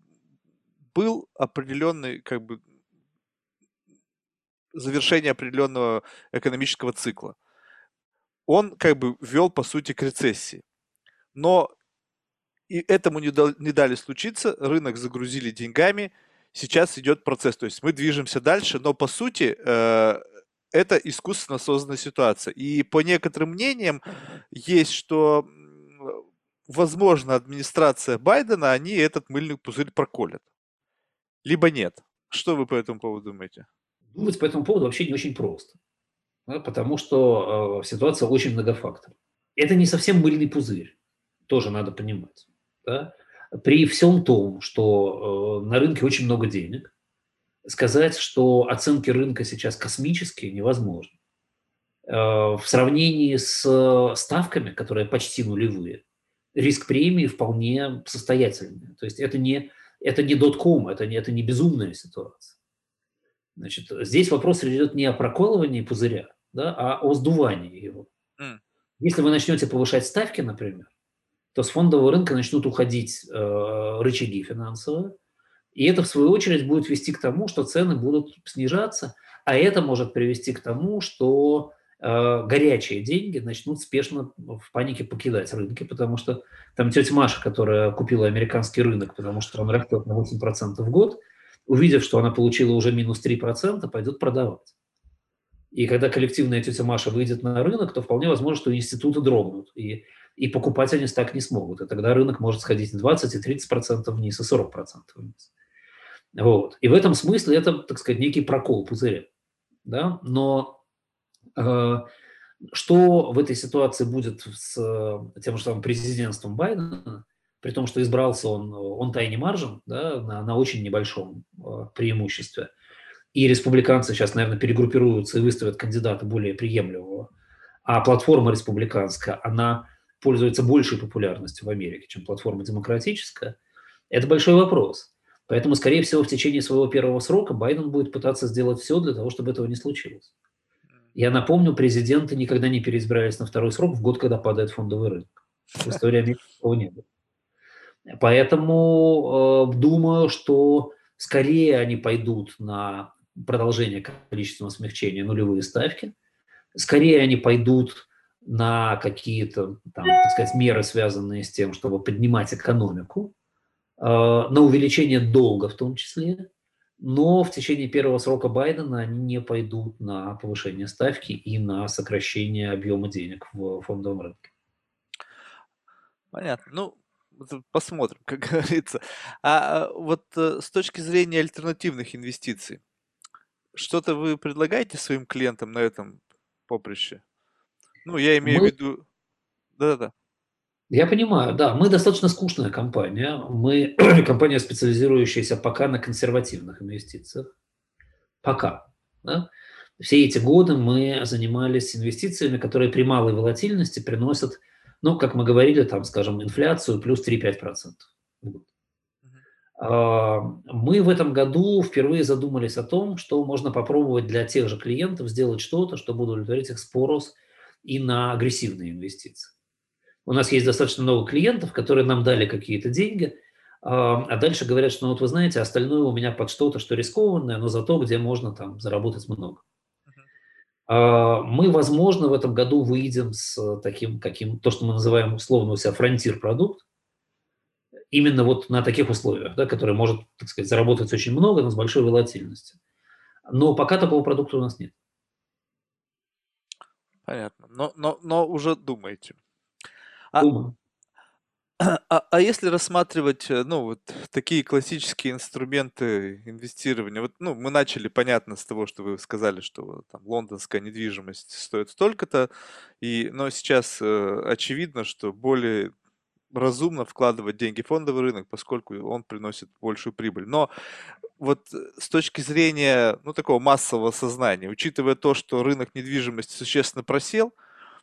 был определенный, как бы, завершение определенного экономического цикла. Он, как бы, вел, по сути, к рецессии. Но и этому не дали случиться, рынок загрузили деньгами, сейчас идет процесс, то есть мы движемся дальше, но по сути это искусственно созданная ситуация. И по некоторым мнениям есть, что, возможно, администрация Байдена, они этот мыльный пузырь проколят. Либо нет. Что вы по этому поводу думаете? Думать по этому поводу вообще не очень просто, да, потому что ситуация очень многофакторная. Это не совсем мыльный пузырь, тоже надо понимать. Да? При всем том, что на рынке очень много денег, сказать, что оценки рынка сейчас космические, невозможно. В сравнении с ставками, которые почти нулевые, риск премии вполне состоятельный. То есть это не дотком, это не безумная ситуация. Значит, здесь вопрос идет не о проколывании пузыря, да, а о сдувании его. М. Если вы начнете повышать ставки, например, то с фондового рынка начнут уходить рычаги финансовые, и это, в свою очередь, будет вести к тому, что цены будут снижаться, а это может привести к тому, что горячие деньги начнут спешно в панике покидать рынки, потому что там тетя Маша, которая купила американский рынок, потому что он растет на 8% в год, увидев, что она получила уже минус 3%, пойдет продавать. И когда коллективная тетя Маша выйдет на рынок, то вполне возможно, что институты дрогнут, и покупать они так не смогут. И тогда рынок может сходить 20, и 30% вниз, и 40% вниз. Вот. И в этом смысле это, так сказать, некий прокол пузыря. Да? Но Что в этой ситуации будет с тем же самым президентством Байдена, при том, что избрался он тайне маржем, да, на очень небольшом преимуществе, и республиканцы сейчас, наверное, перегруппируются и выставят кандидата более приемлемого, а платформа республиканская, она пользуется большей популярностью в Америке, чем платформа демократическая, это большой вопрос. Поэтому, скорее всего, в течение своего первого срока Байден будет пытаться сделать все для того, чтобы этого не случилось. Я напомню, президенты никогда не переизбирались на второй срок в год, когда падает фондовый рынок. В истории Америки такого не было. Поэтому думаю, что скорее они пойдут на продолжение количественного смягчения, нулевые ставки, скорее они пойдут на какие-то, там, так сказать, меры, связанные с тем, чтобы поднимать экономику, на увеличение долга в том числе, но в течение первого срока Байдена они не пойдут на повышение ставки и на сокращение объема денег в фондовом рынке. Понятно. Ну, посмотрим, как говорится. Вот с точки зрения альтернативных инвестиций, что-то вы предлагаете своим клиентам на этом поприще? Ну, я имею в Мы, виду... Да-да-да. я понимаю, да, мы достаточно скучная компания. Мы компания, специализирующаяся пока на консервативных инвестициях. Пока. Да? Все эти годы мы занимались инвестициями, которые при малой волатильности приносят, ну, как мы говорили, там, скажем, инфляцию плюс 3-5% в год. Мгм. Мы в этом году впервые задумались о том, что можно попробовать для тех же клиентов сделать что-то, чтобы удовлетворить их спрос и на агрессивные инвестиции. У нас есть достаточно много клиентов, которые нам дали какие-то деньги, а дальше говорят, что ну, вот вы знаете, остальное у меня под что-то, что рискованное, но зато где можно там заработать много. Мгм. Мы, возможно, в этом году выйдем с таким, каким, то, что мы называем условно у себя фронтир-продукт, именно вот на таких условиях, да, который может, так сказать, заработать очень много, но с большой волатильностью. Но пока такого продукта у нас нет. Понятно. Но уже думаете. А, Думаю. а если рассматривать, ну, вот такие классические инструменты инвестирования, вот, ну, мы начали, понятно, с того, что вы сказали, что вот там лондонская недвижимость стоит столько-то, но сейчас очевидно, что более разумно вкладывать деньги в фондовый рынок, поскольку он приносит большую прибыль. Но вот с точки зрения, ну, такого массового сознания, учитывая то, что рынок недвижимости существенно просел,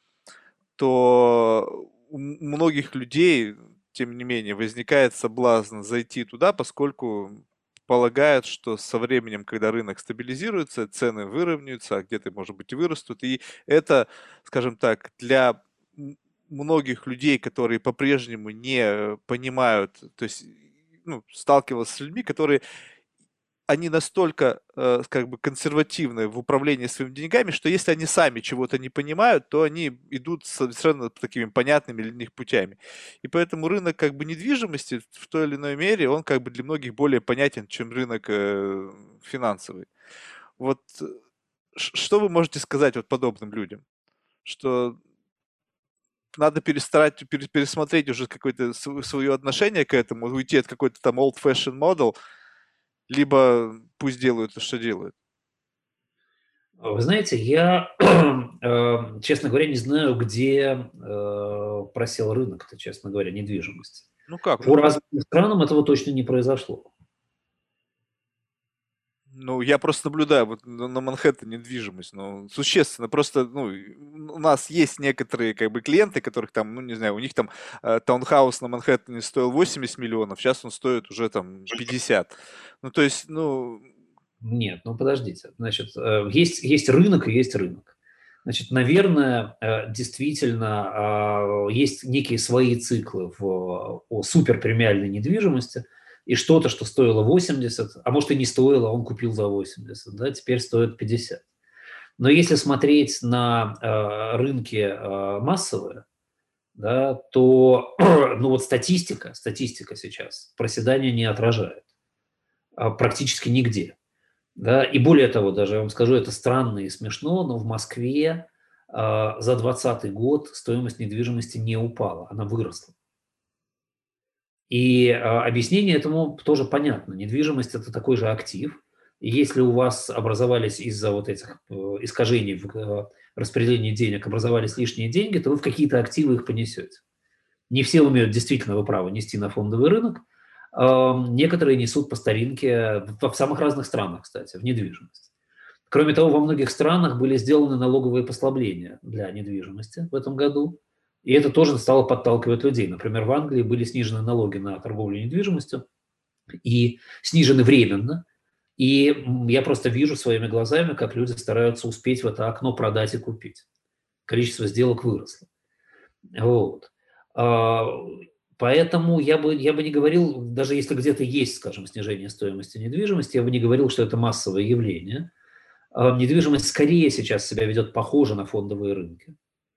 то у многих людей, тем не менее, возникает соблазн зайти туда, поскольку полагают, что со временем, когда рынок стабилизируется, цены выровняются, а где-то, может быть, и вырастут. И это, скажем так, для многих людей, которые по-прежнему не понимают, то есть ну, сталкивался с людьми, которые они настолько, как бы консервативны в управлении своими деньгами, что если они сами чего-то не понимают, то они идут совершенно такими понятными для них путями. И поэтому рынок как бы недвижимости в той или иной мере, он как бы для многих более понятен, чем рынок финансовый. Вот что вы можете сказать вот подобным людям? Что надо пересмотреть уже какое-то свое отношение к этому, уйти от какой-то там old-fashioned model, либо пусть делают то, что делают. Вы знаете, я, честно говоря, не знаю, где просел рынок-то, честно говоря, недвижимости. Ну как, По развитым странам этого точно не произошло. ну, я просто наблюдаю вот на Манхэттене недвижимость, ну, существенно. Просто, ну, у нас есть некоторые, как бы, клиенты, которых там, ну, не знаю, у них там таунхаус на Манхэттене стоил 80 миллионов, сейчас он стоит уже там 50. Ну, то есть, ну, Нет, ну подождите. Значит, есть рынок и есть рынок. Значит, наверное, действительно, есть некие свои циклы о суперпремиальной недвижимости, и что-то, что стоило 80, а может и не стоило, он купил за 80, да, теперь стоит 50. Но если смотреть на рынки массовые, да, то ну вот статистика сейчас проседания не отражает практически нигде. Да, и более того, даже я вам скажу, это странно и смешно, но в Москве за 2020 год стоимость недвижимости не упала, она выросла. И объяснение этому тоже понятно. Недвижимость – это такой же актив, И если у вас образовались из-за вот этих искажений в распределении денег, образовались лишние деньги, то вы в какие-то активы их понесете. Не все умеют, действительно, вы правы, нести на фондовый рынок. Некоторые несут по старинке в самых разных странах, кстати, в недвижимость. Кроме того, во многих странах были сделаны налоговые послабления для недвижимости в этом году. И это тоже стало подталкивать людей. Например, в Англии были снижены налоги на торговлю недвижимостью и снижены временно. И я просто вижу своими глазами, как люди стараются успеть в это окно продать и купить. Количество сделок выросло. Вот. А, Поэтому я бы не говорил, даже если где-то есть, скажем, снижение стоимости недвижимости, я бы не говорил, что это массовое явление. Недвижимость скорее сейчас себя ведет похоже на фондовые рынки.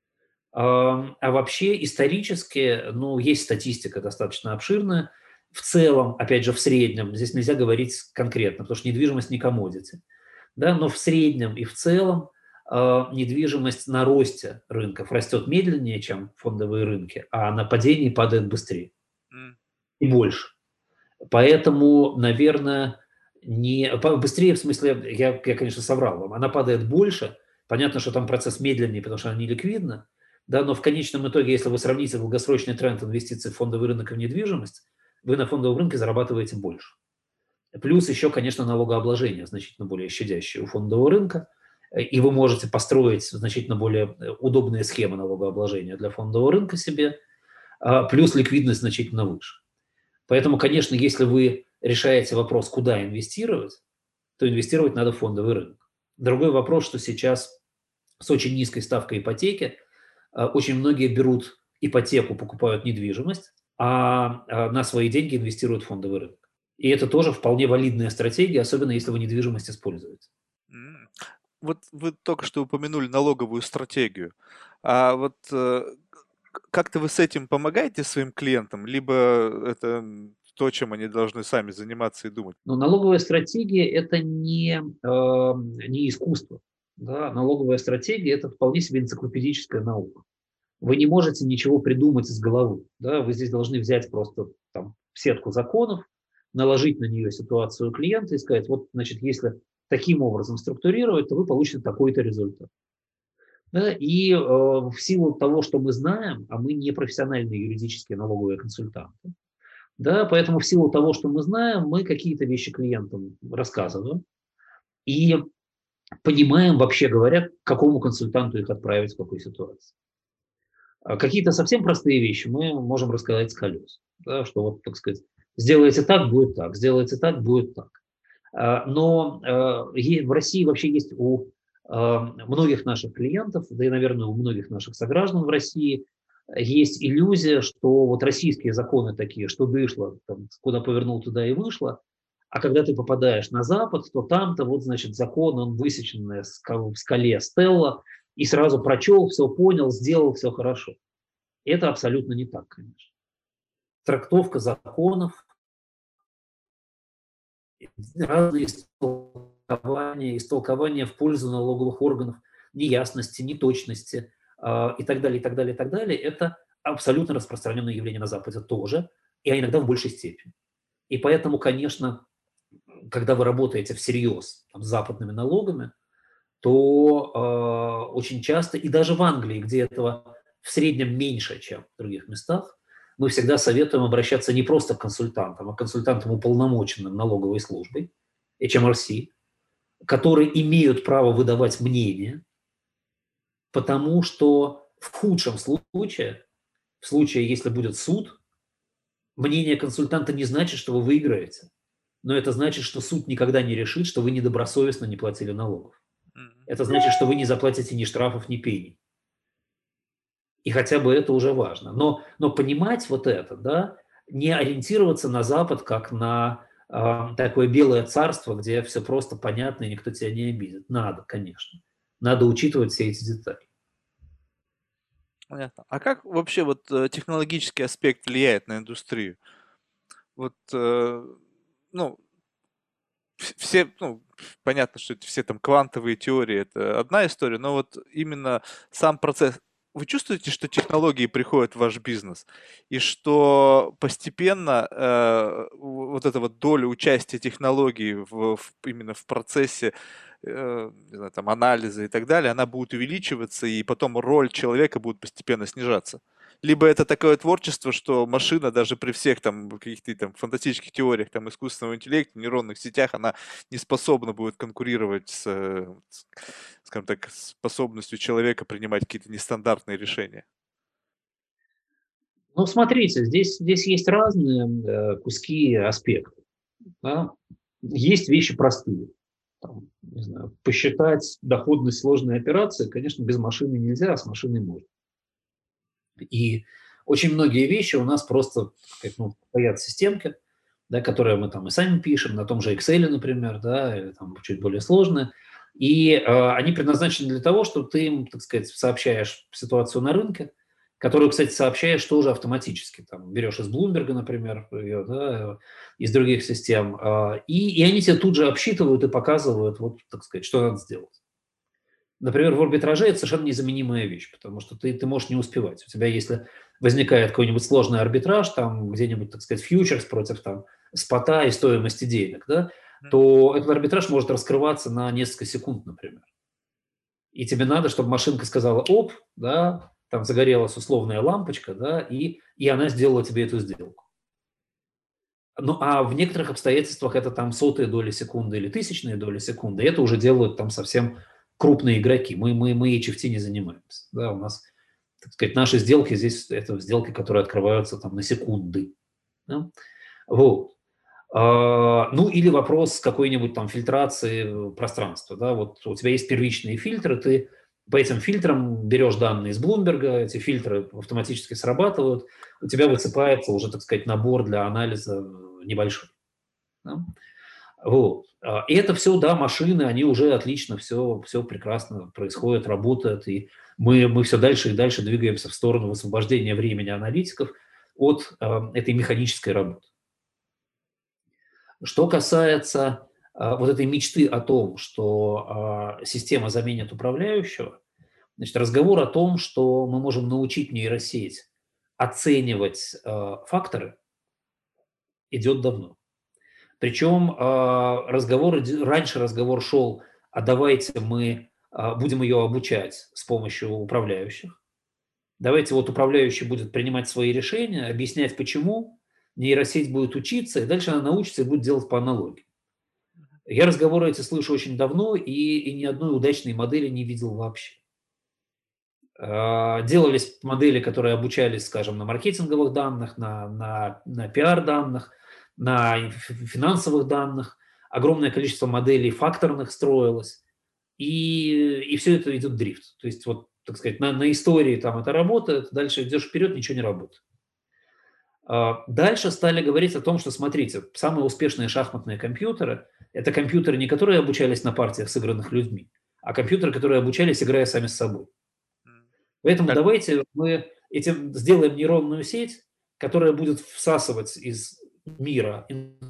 А вообще исторически, ну, есть статистика достаточно обширная. В целом, опять же, в среднем, здесь нельзя говорить конкретно, потому что недвижимость не commodity, да, но в среднем и в целом недвижимость на росте рынков растет медленнее, чем фондовые рынки, а на падении падает быстрее М. и больше. Поэтому, наверное, не быстрее, в смысле, я, конечно, соврал вам, она падает больше. Понятно, что там процесс медленнее, потому что она не ликвидна, да, но в конечном итоге, если вы сравните долгосрочный тренд инвестиций в фондовый рынок и в недвижимость, вы на фондовом рынке зарабатываете больше. Плюс еще, конечно, налогообложение значительно более щадящее у фондового рынка, и вы можете построить значительно более удобные схемы налогообложения для фондового рынка себе, плюс ликвидность значительно выше. Поэтому, конечно, если вы решаете вопрос, куда инвестировать, то инвестировать надо в фондовый рынок. Другой вопрос, что сейчас с очень низкой ставкой ипотеки очень многие берут ипотеку, покупают недвижимость, а на свои деньги инвестируют в фондовый рынок. И это тоже вполне валидная стратегия, особенно если вы недвижимость используете. М. Вот вы только что упомянули налоговую стратегию. А вот как-то вы с этим помогаете своим клиентам, либо это то, чем они должны сами заниматься и думать? Но налоговая стратегия – это не искусство. Да? Налоговая стратегия – это вполне себе энциклопедическая наука. Вы не можете ничего придумать из головы. Да? Вы здесь должны взять просто там сетку законов, наложить на нее ситуацию клиента и сказать, вот, значит, если таким образом структурировать, то вы получите такой-то результат. Да? И в силу того, что мы знаем, а мы не профессиональные юридические налоговые консультанты, да, поэтому в силу того, что мы знаем, мы какие-то вещи клиентам рассказываем и понимаем, вообще говоря, к какому консультанту их отправить в какой ситуации. Какие-то совсем простые вещи мы можем рассказать с колес. Да, что вот, так сказать, сделайте так, будет так, сделайте так, будет так. Но в России вообще есть у многих наших клиентов, да и, наверное, у многих наших сограждан в России есть иллюзия, что вот российские законы такие, что дышло, там, куда повернул, туда и вышло, а когда ты попадаешь на Запад, то там-то вот, значит, закон, он высеченный в скале Стелла, и сразу прочел, все понял, сделал, все хорошо. Это абсолютно не так, конечно. Трактовка законов, разные истолкования в пользу налоговых органов, неясности, неточности и так далее, и так далее, и так далее, это абсолютно распространенное явление на Западе тоже, и иногда в большей степени. И поэтому, конечно, когда вы работаете всерьез там, с западными налогами, то очень часто, и даже в Англии, где этого в среднем меньше, чем в других местах, мы всегда советуем обращаться не просто к консультантам, а к консультантам, уполномоченным налоговой службой, HMRC, которые имеют право выдавать мнение, потому что в худшем случае, в случае, если будет суд, мнение консультанта не значит, что вы выиграете, но это значит, что суд никогда не решит, что вы недобросовестно не платили налогов. Мгм. Это значит, что вы не заплатите ни штрафов, ни пений. И хотя бы это уже важно. Но понимать вот это, да, не ориентироваться на Запад как на такое белое царство, где все просто понятно и никто тебя не обидит. Надо, конечно. Надо учитывать все эти детали. Понятно. А как вообще вот технологический аспект влияет на индустрию? Вот, ну, все, ну, понятно, что это все там квантовые теории, это одна история, но вот именно сам процесс вы чувствуете, что технологии приходят в ваш бизнес, и что постепенно вот эта вот доля участия технологий именно в процессе не знаю, там, анализа и так далее, она будет увеличиваться, и потом роль человека будет постепенно снижаться? Либо это такое творчество, что машина даже при всех там каких-то там фантастических теориях там искусственного интеллекта, нейронных сетях, она не способна будет конкурировать скажем так, способностью человека принимать какие-то нестандартные решения. Ну, смотрите, здесь есть разные куски, аспекты. Да? Есть вещи простые. Там, не знаю, посчитать доходность сложной операции, конечно, без машины нельзя, а с машиной можно. И очень многие вещи у нас просто ну, стоят в системке, да, которые мы там и сами пишем, на том же Excel, например, да, или там чуть более сложные. И они предназначены для того, чтобы ты им, так сказать, сообщаешь ситуацию на рынке, которую, кстати, сообщаешь тоже автоматически. Там, берешь из Bloomberg, например, ее, да, из других систем, и они тебе тут же обсчитывают и показывают, вот, так сказать, что надо сделать. Например, в арбитраже это совершенно незаменимая вещь, потому что ты можешь не успевать. У тебя, если возникает какой-нибудь сложный арбитраж, там где-нибудь, так сказать, фьючерс против там, спота и стоимости денег, да, то этот арбитраж может раскрываться на несколько секунд, например. И тебе надо, чтобы машинка сказала «оп», да, там загорелась условная лампочка, да, и она сделала тебе эту сделку. Ну, а в некоторых обстоятельствах это там сотые доли секунды или тысячные доли секунды. И это уже делают там совсем крупные игроки. Мы HFT не занимаемся. Да, у нас, так сказать, наши сделки здесь это сделки, которые открываются там на секунды. Да? Вот. Ну, или вопрос какой-нибудь там фильтрации пространства. Да? Вот у тебя есть первичные фильтры, ты по этим фильтрам берешь данные из Bloomberg, эти фильтры автоматически срабатывают, у тебя высыпается уже, так сказать, набор для анализа небольшой. Да? Вот. И это все, да, машины, они уже отлично, все прекрасно происходит, работает, и мы все дальше и дальше двигаемся в сторону высвобождения времени аналитиков от этой механической работы. Что касается вот этой мечты о том, что система заменит управляющего, значит, разговор о том, что мы можем научить нейросеть оценивать факторы, идет давно. Причем раньше разговор шел, а давайте мы будем ее обучать с помощью управляющих. Давайте вот управляющий будет принимать свои решения, объяснять почему, нейросеть будет учиться, и дальше она научится и будет делать по аналогии. Я разговоры эти слышу очень давно, и ни одной удачной модели не видел вообще. Делались модели, которые обучались, скажем, на маркетинговых данных, на пиар-данных, на финансовых данных. Огромное количество моделей факторных строилось. И все это идет дрифт. То есть, вот, так сказать, на истории там это работает, дальше идешь вперед, ничего не работает. Дальше стали говорить о том, что, смотрите, самые успешные шахматные компьютеры – это компьютеры, не которые обучались на партиях, сыгранных людьми, а компьютеры, которые обучались, играя сами с собой. Поэтому Как? давайте мы этим сделаем нейронную сеть, которая будет всасывать из мира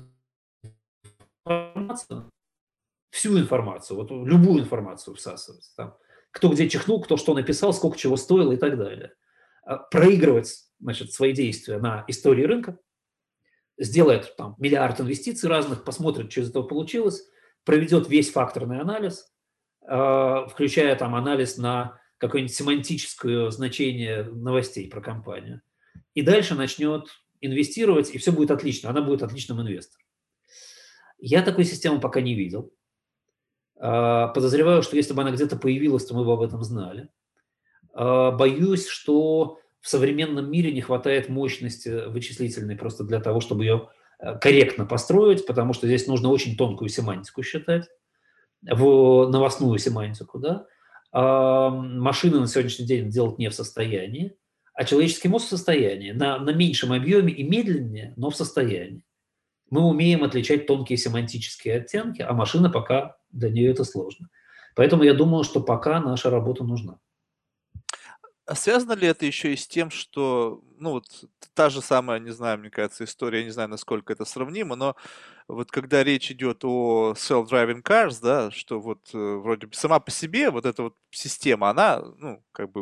информацию, всю информацию, вот любую информацию всасывать. Там, кто где чихнул, кто что написал, сколько чего стоило и так далее. Проигрывать, значит, свои действия на истории рынка, сделает там миллиард инвестиций разных, посмотрит, что из этого получилось, проведет весь факторный анализ, включая там анализ на какое-нибудь семантическое значение новостей про компанию. И дальше начнет инвестировать, и все будет отлично. Она будет отличным инвестором. Я такой системы пока не видел. Подозреваю, что если бы она где-то появилась, то мы бы об этом знали. Боюсь, что в современном мире не хватает мощности вычислительной просто для того, чтобы ее корректно построить, потому что здесь нужно очень тонкую семантику считать, в новостную семантику, да. Машины на сегодняшний день делать не в состоянии, а человеческий мозг в состоянии, на меньшем объеме и медленнее, но в состоянии. Мы умеем отличать тонкие семантические оттенки, а машина пока для нее это сложно. Поэтому я думаю, что пока наша работа нужна. А связано ли это еще и с тем, что, ну вот та же самая, не знаю, мне кажется, история, я не знаю, насколько это сравнимо, но вот когда речь идет о self-driving cars, да, что вот вроде бы сама по себе вот эта вот система, она, ну, как бы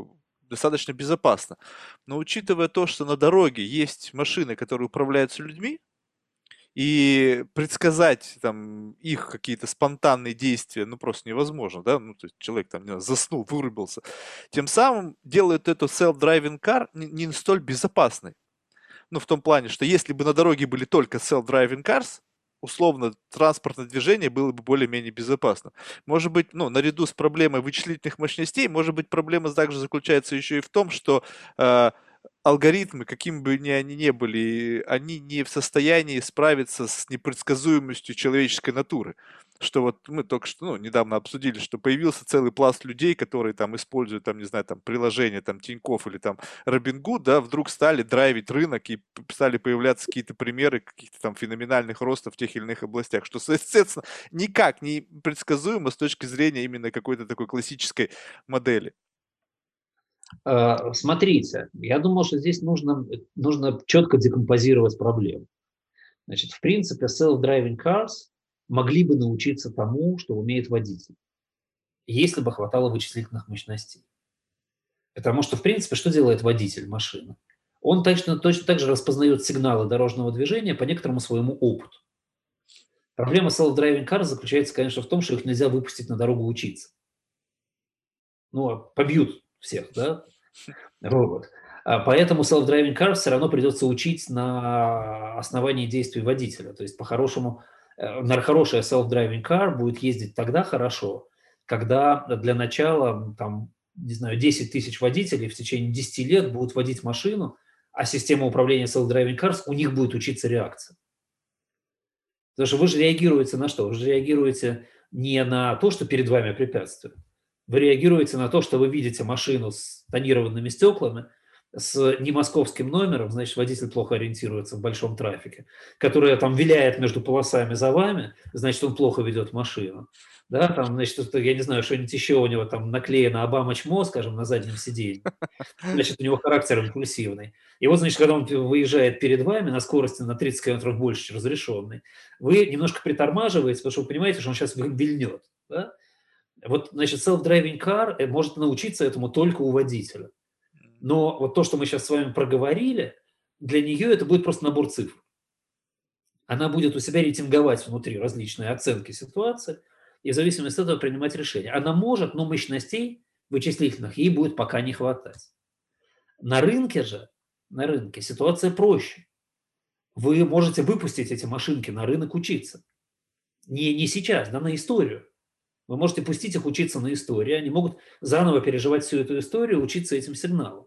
достаточно безопасно. Но учитывая то, что на дороге есть машины, которые управляются людьми, и предсказать там их какие-то спонтанные действия, ну, просто невозможно, да, ну, то есть человек там, не знаю, заснул, вырубился. Тем самым делают эту self-driving car не столь безопасной. Ну, в том плане, что если бы на дороге были только self-driving cars, условно, транспортное движение было бы более-менее безопасно. Может быть, ну, наряду с проблемой вычислительных мощностей, может быть, проблема также заключается еще и в том, что э, алгоритмы, какими бы они ни были, они не в состоянии справиться с непредсказуемостью человеческой натуры. Что вот мы только что, ну, недавно обсудили, что появился целый пласт людей, которые там используют, там, не знаю, там, приложения, там, Тинькофф или там Robinhood, да, вдруг стали драйвить рынок и стали появляться какие-то примеры каких-то там феноменальных ростов в тех или иных областях, что, соответственно, никак не предсказуемо с точки зрения именно какой-то такой классической модели. Смотрите, я думаю, что здесь нужно четко декомпозировать проблему. Значит, в принципе, self-driving cars могли бы научиться тому, что умеет водитель, если бы хватало вычислительных мощностей. Потому что, в принципе, что делает водитель машины? Он точно так же распознает сигналы дорожного движения по некоторому своему опыту. Проблема self-driving cars заключается, конечно, в том, что их нельзя выпустить на дорогу учиться. Ну, побьют всех, да? Вот. Поэтому self-driving cars все равно придется учить на основании действий водителя. То есть, по-хорошему, на хорошая self-driving car будет ездить тогда хорошо, когда для начала, там, не знаю, 10 тысяч водителей в течение 10 лет будут водить машину, а система управления self-driving cars у них будет учиться реакция. Потому что вы же реагируете на что? Вы же реагируете не на то, что перед вами препятствие. Вы реагируете на то, что вы видите машину с тонированными стеклами, с немосковским номером, значит, водитель плохо ориентируется в большом трафике, которая там виляет между полосами за вами, значит, он плохо ведет машину. Да, там, значит, я не знаю, что-нибудь еще у него там наклеено Обама чмо, скажем, на заднем сиденье. Значит, у него характер импульсивный. И вот, значит, когда он выезжает перед вами на скорости на 30 км больше, чем разрешенной, вы немножко притормаживаете, потому что вы понимаете, что он сейчас вильнет. Да? Вот, значит, self-driving car может научиться этому только у водителя. Но вот то, что мы сейчас с вами проговорили, для нее это будет просто набор цифр. Она будет у себя рейтинговать внутри различные оценки ситуации и в зависимости от этого принимать решения. Она может, но мощностей вычислительных ей будет пока не хватать. На рынке же, на рынке ситуация проще. Вы можете выпустить эти машинки на рынок учиться. Не сейчас, да, на историю. Вы можете пустить их учиться на истории, они могут заново переживать всю эту историю, учиться этим сигналам.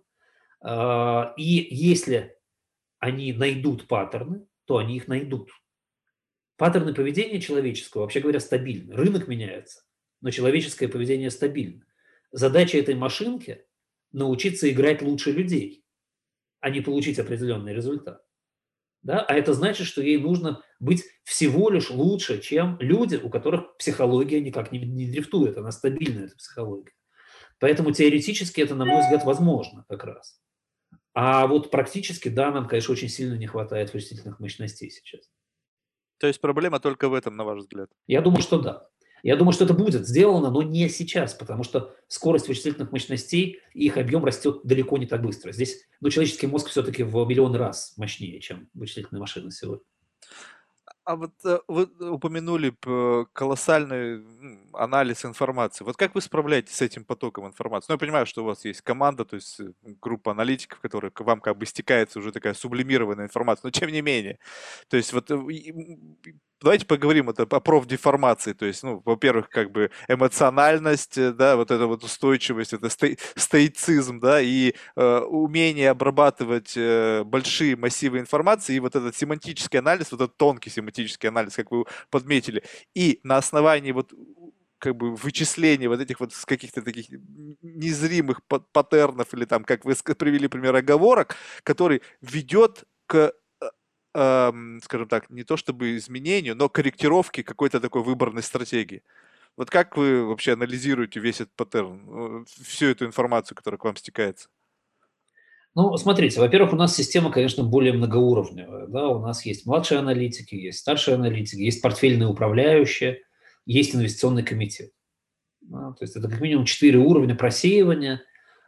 И если они найдут паттерны, то они их найдут. Паттерны поведения человеческого, вообще говоря, стабильны. Рынок меняется, но человеческое поведение стабильно. Задача этой машинки – научиться играть лучше людей, а не получить определенный результат. Да? А это значит, что ей нужно быть всего лишь лучше, чем люди, у которых психология никак не дрифтует, она стабильная, эта психология. Поэтому теоретически это, на мой взгляд, возможно как раз. А вот практически, да, нам, конечно, очень сильно не хватает вычислительных мощностей сейчас. То есть проблема только в этом, на ваш взгляд? Я думаю, что да. Я думаю, что это будет сделано, но не сейчас, потому что скорость вычислительных мощностей и их объем растет далеко не так быстро. Здесь, ну, человеческий мозг все-таки в миллион раз мощнее, чем вычислительные машины сегодня. А вот вы упомянули колоссальный анализ информации. Вот как вы справляетесь с этим потоком информации? Ну, я понимаю, что у вас есть команда, то есть группа аналитиков, которая к вам как бы стекается уже такая сублимированная информация, но тем не менее. То есть вот давайте поговорим о профдеформации. То есть, ну, во-первых, как бы эмоциональность, да, вот эта вот устойчивость, это стоицизм, да, и умение обрабатывать большие массивы информации, и вот этот семантический анализ, вот этот тонкий семантический анализ, как вы подметили, и на основании вот как бы вычисления вот этих вот каких-то таких незримых паттернов или там, как вы привели пример, оговорок, который ведет к скажем так, не то чтобы изменению, но корректировке какой-то такой выборной стратегии. Вот как вы вообще анализируете весь этот паттерн, всю эту информацию, которая к вам стекается? Ну, смотрите, во-первых, у нас система, конечно, более многоуровневая. Да? У нас есть младшие аналитики, есть старшие аналитики, есть портфельные управляющие, есть инвестиционный комитет. Да? То есть это как минимум 4 уровня просеивания,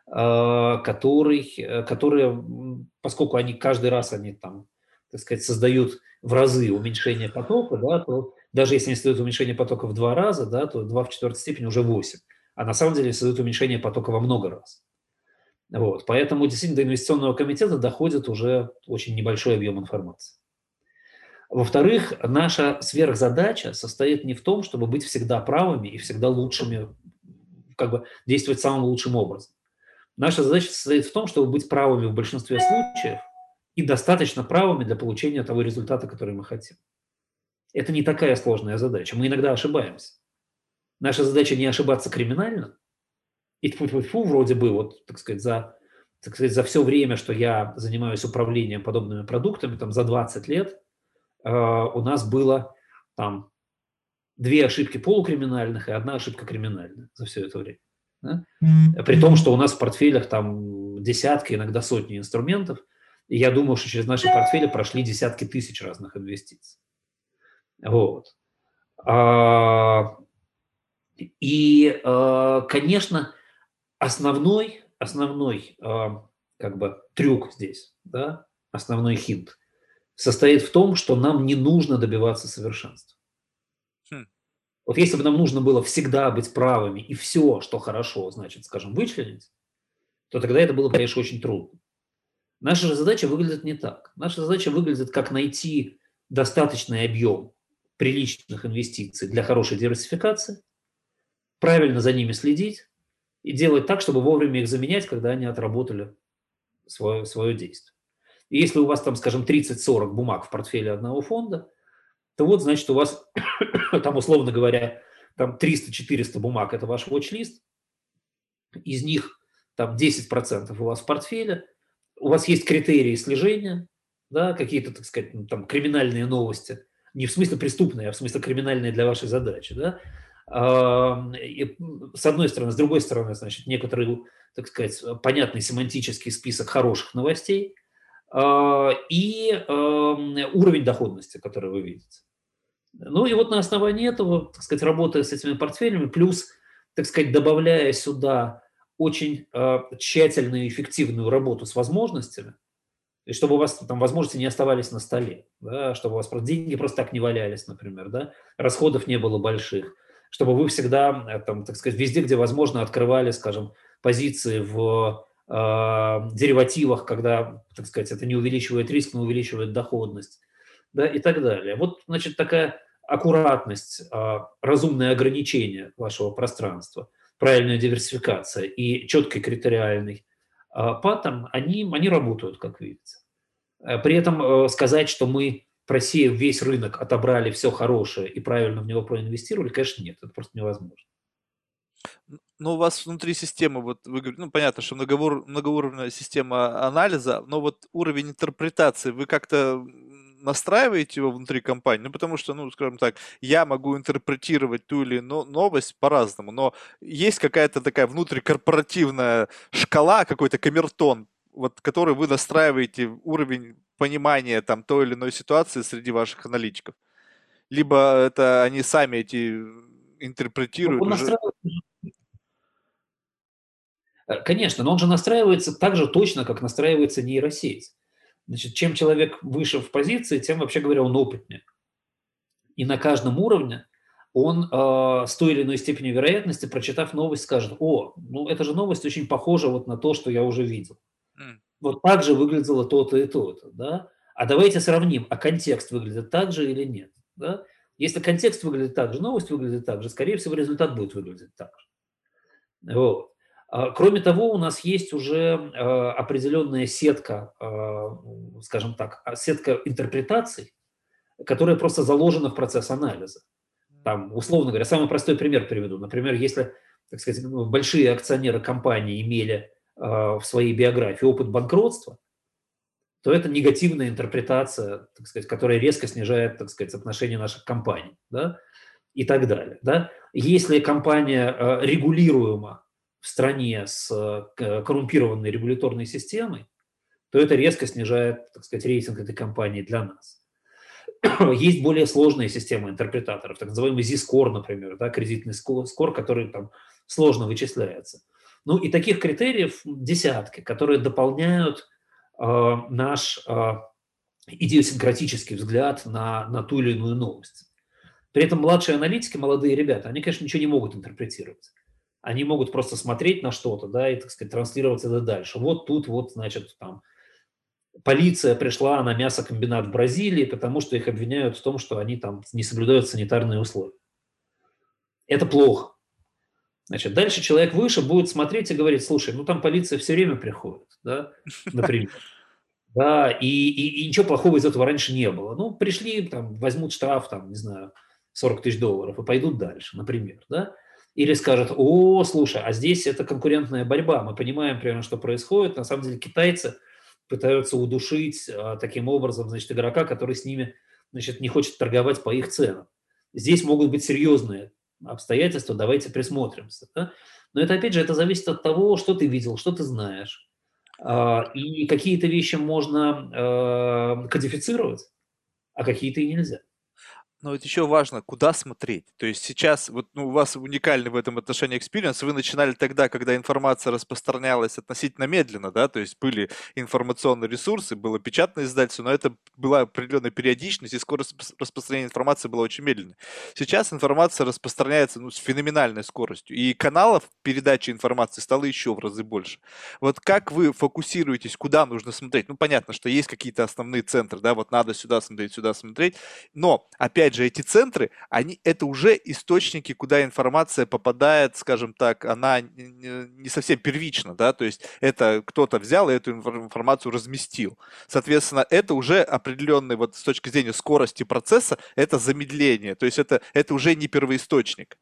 которые, поскольку они каждый раз они там, так сказать, создают в разы уменьшение потока, да, то даже если они создают уменьшение потока в 2 раза, да, то 2 в четвертой степени уже 8. А на самом деле создают уменьшение потока во много раз. Вот. Поэтому действительно до инвестиционного комитета доходит уже очень небольшой объем информации. Во-вторых, наша сверхзадача состоит не в том, чтобы быть всегда правыми и всегда лучшими, как бы действовать самым лучшим образом. Наша задача состоит в том, чтобы быть правыми в большинстве случаев и достаточно правыми для получения того результата, который мы хотим. Это не такая сложная задача. Мы иногда ошибаемся. Наша задача не ошибаться криминально. И тьфу-тьфу-тьфу, вроде бы, вот, так сказать, за все время, что я занимаюсь управлением подобными продуктами, там, за 20 лет, у нас было там 2 ошибки полукриминальных и 1 ошибка криминальная за все это время. Да? При том, что у нас в портфелях там десятки, иногда сотни инструментов, и я думаю, что через наши портфели прошли десятки тысяч разных инвестиций. Вот. И, конечно, основной как бы трюк здесь, да, основной хинт состоит в том, что нам не нужно добиваться совершенства. Хм. Вот если бы нам нужно было всегда быть правыми и все, что хорошо, значит, скажем, вычленить, то тогда это было бы, конечно, очень трудно. Наша же задача выглядит не так. Наша задача выглядит как найти достаточный объем приличных инвестиций для хорошей диверсификации, правильно за ними следить и делать так, чтобы вовремя их заменять, когда они отработали свое действие. И если у вас там, скажем, 30-40 бумаг в портфеле одного фонда, то вот, значит, у вас там, условно говоря, там 300-400 бумаг – это ваш watch-лист, из них там 10% у вас в портфеле, у вас есть критерии слежения, да, какие-то, так сказать, там криминальные новости, не в смысле преступные, а в смысле криминальные для вашей задачи, да. И, с одной стороны, с другой стороны, значит, некоторый, так сказать, понятный семантический список хороших новостей и уровень доходности, который вы видите. Ну и вот на основании этого, так сказать, работая с этими портфелями, плюс, так сказать, добавляя сюда очень тщательную и эффективную работу с возможностями, и чтобы у вас там возможности не оставались на столе, да, чтобы у вас просто деньги просто так не валялись, например, да, расходов не было больших, чтобы вы всегда, там, так сказать, везде, где возможно, открывали, скажем, позиции в деривативах, когда, так сказать, это не увеличивает риск, но увеличивает доходность, да, и так далее. Вот, значит, такая аккуратность, разумное ограничение вашего пространства, правильная диверсификация и четкий критериальный паттерн, они работают, как видите. При этом сказать, что мы, просеяв весь рынок, отобрали все хорошее и правильно в него проинвестировали, конечно, нет, это просто невозможно. Но у вас внутри системы, вот вы говорите, ну, понятно, что многоуровневая система анализа, но вот уровень интерпретации, вы как-то настраиваете его внутри компании? Ну, потому что, ну, скажем так, я могу интерпретировать ту или иную новость по-разному, но есть какая-то такая внутрикорпоративная шкала, какой-то камертон, вот, который вы настраиваете уровень понимания там той или иной ситуации среди ваших аналитиков. Либо это они сами эти Ну, интерпретируют он уже. настраивается, конечно, но он же настраивается так же точно, как настраивается нейросеть. Значит, чем человек выше в позиции, тем, вообще говоря, он опытнее. И на каждом уровне он с той или иной степенью вероятности, прочитав новость, скажет: о, ну эта же новость очень похожа вот на то, что я уже видел. М. Вот так же выглядело то-то и то-то, да? А давайте сравним, а контекст выглядит так же или нет, да? Если контекст выглядит так же, новость выглядит так же, скорее всего, результат будет выглядеть так же. Вот. Кроме того, у нас есть уже определенная сетка, скажем так, сетка интерпретаций, которая просто заложена в процесс анализа. Там, условно говоря, самый простой пример приведу. Например, если, так сказать, большие акционеры компании имели в своей биографии опыт банкротства, то это негативная интерпретация, так сказать, которая резко снижает, так сказать, отношение наших компаний, да, и так далее. Да. Если компания регулируема в стране с коррумпированной регуляторной системой, то это резко снижает, так сказать, рейтинг этой компании для нас. Есть более сложные системы интерпретаторов, так называемый Z-score, например, да, кредитный скор, который там сложно вычисляется. Ну и таких критериев десятки, которые дополняют наш идиосинкратический взгляд на ту или иную новость. При этом младшие аналитики, молодые ребята, они, конечно, ничего не могут интерпретировать. Они могут просто смотреть на что-то, да, и, так сказать, транслировать это дальше. Вот тут вот, значит, там, полиция пришла на мясокомбинат в Бразилии, потому что их обвиняют в том, что они там не соблюдают санитарные условия. Это плохо. Значит, дальше человек выше будет смотреть и говорить: слушай, ну там полиция все время приходит, да, например. Да, и ничего плохого из этого раньше не было. Ну, пришли, там, возьмут штраф, там, не знаю, $40 000 и пойдут дальше, например, да. Или скажут: о, слушай, а здесь это конкурентная борьба, мы понимаем примерно, что происходит. На самом деле китайцы пытаются удушить таким образом, значит, игрока, который с ними, значит, не хочет торговать по их ценам. Здесь могут быть серьезные обстоятельства, давайте присмотримся. Да? Но это, опять же, это зависит от того, что ты видел, что ты знаешь. И какие-то вещи можно кодифицировать, а какие-то и нельзя. Но вот еще важно, куда смотреть. То есть сейчас, вот, ну, у вас уникальный в этом отношении экспириенс, вы начинали тогда, когда информация распространялась относительно медленно, да, то есть были информационные ресурсы, было печатное издательство, но это была определенная периодичность, и скорость распространения информации была очень медленной. Сейчас информация распространяется, ну, с феноменальной скоростью, и каналов передачи информации стало еще в разы больше. Вот как вы фокусируетесь, куда нужно смотреть? Ну, понятно, что есть какие-то основные центры, да, вот надо сюда смотреть, но, опять же, эти центры, это уже источники, куда информация попадает, скажем так, она не совсем первична, да, то есть это кто-то взял и эту информацию разместил. Соответственно, это уже определенный, вот с точки зрения скорости процесса, это замедление, то есть это уже не первоисточник.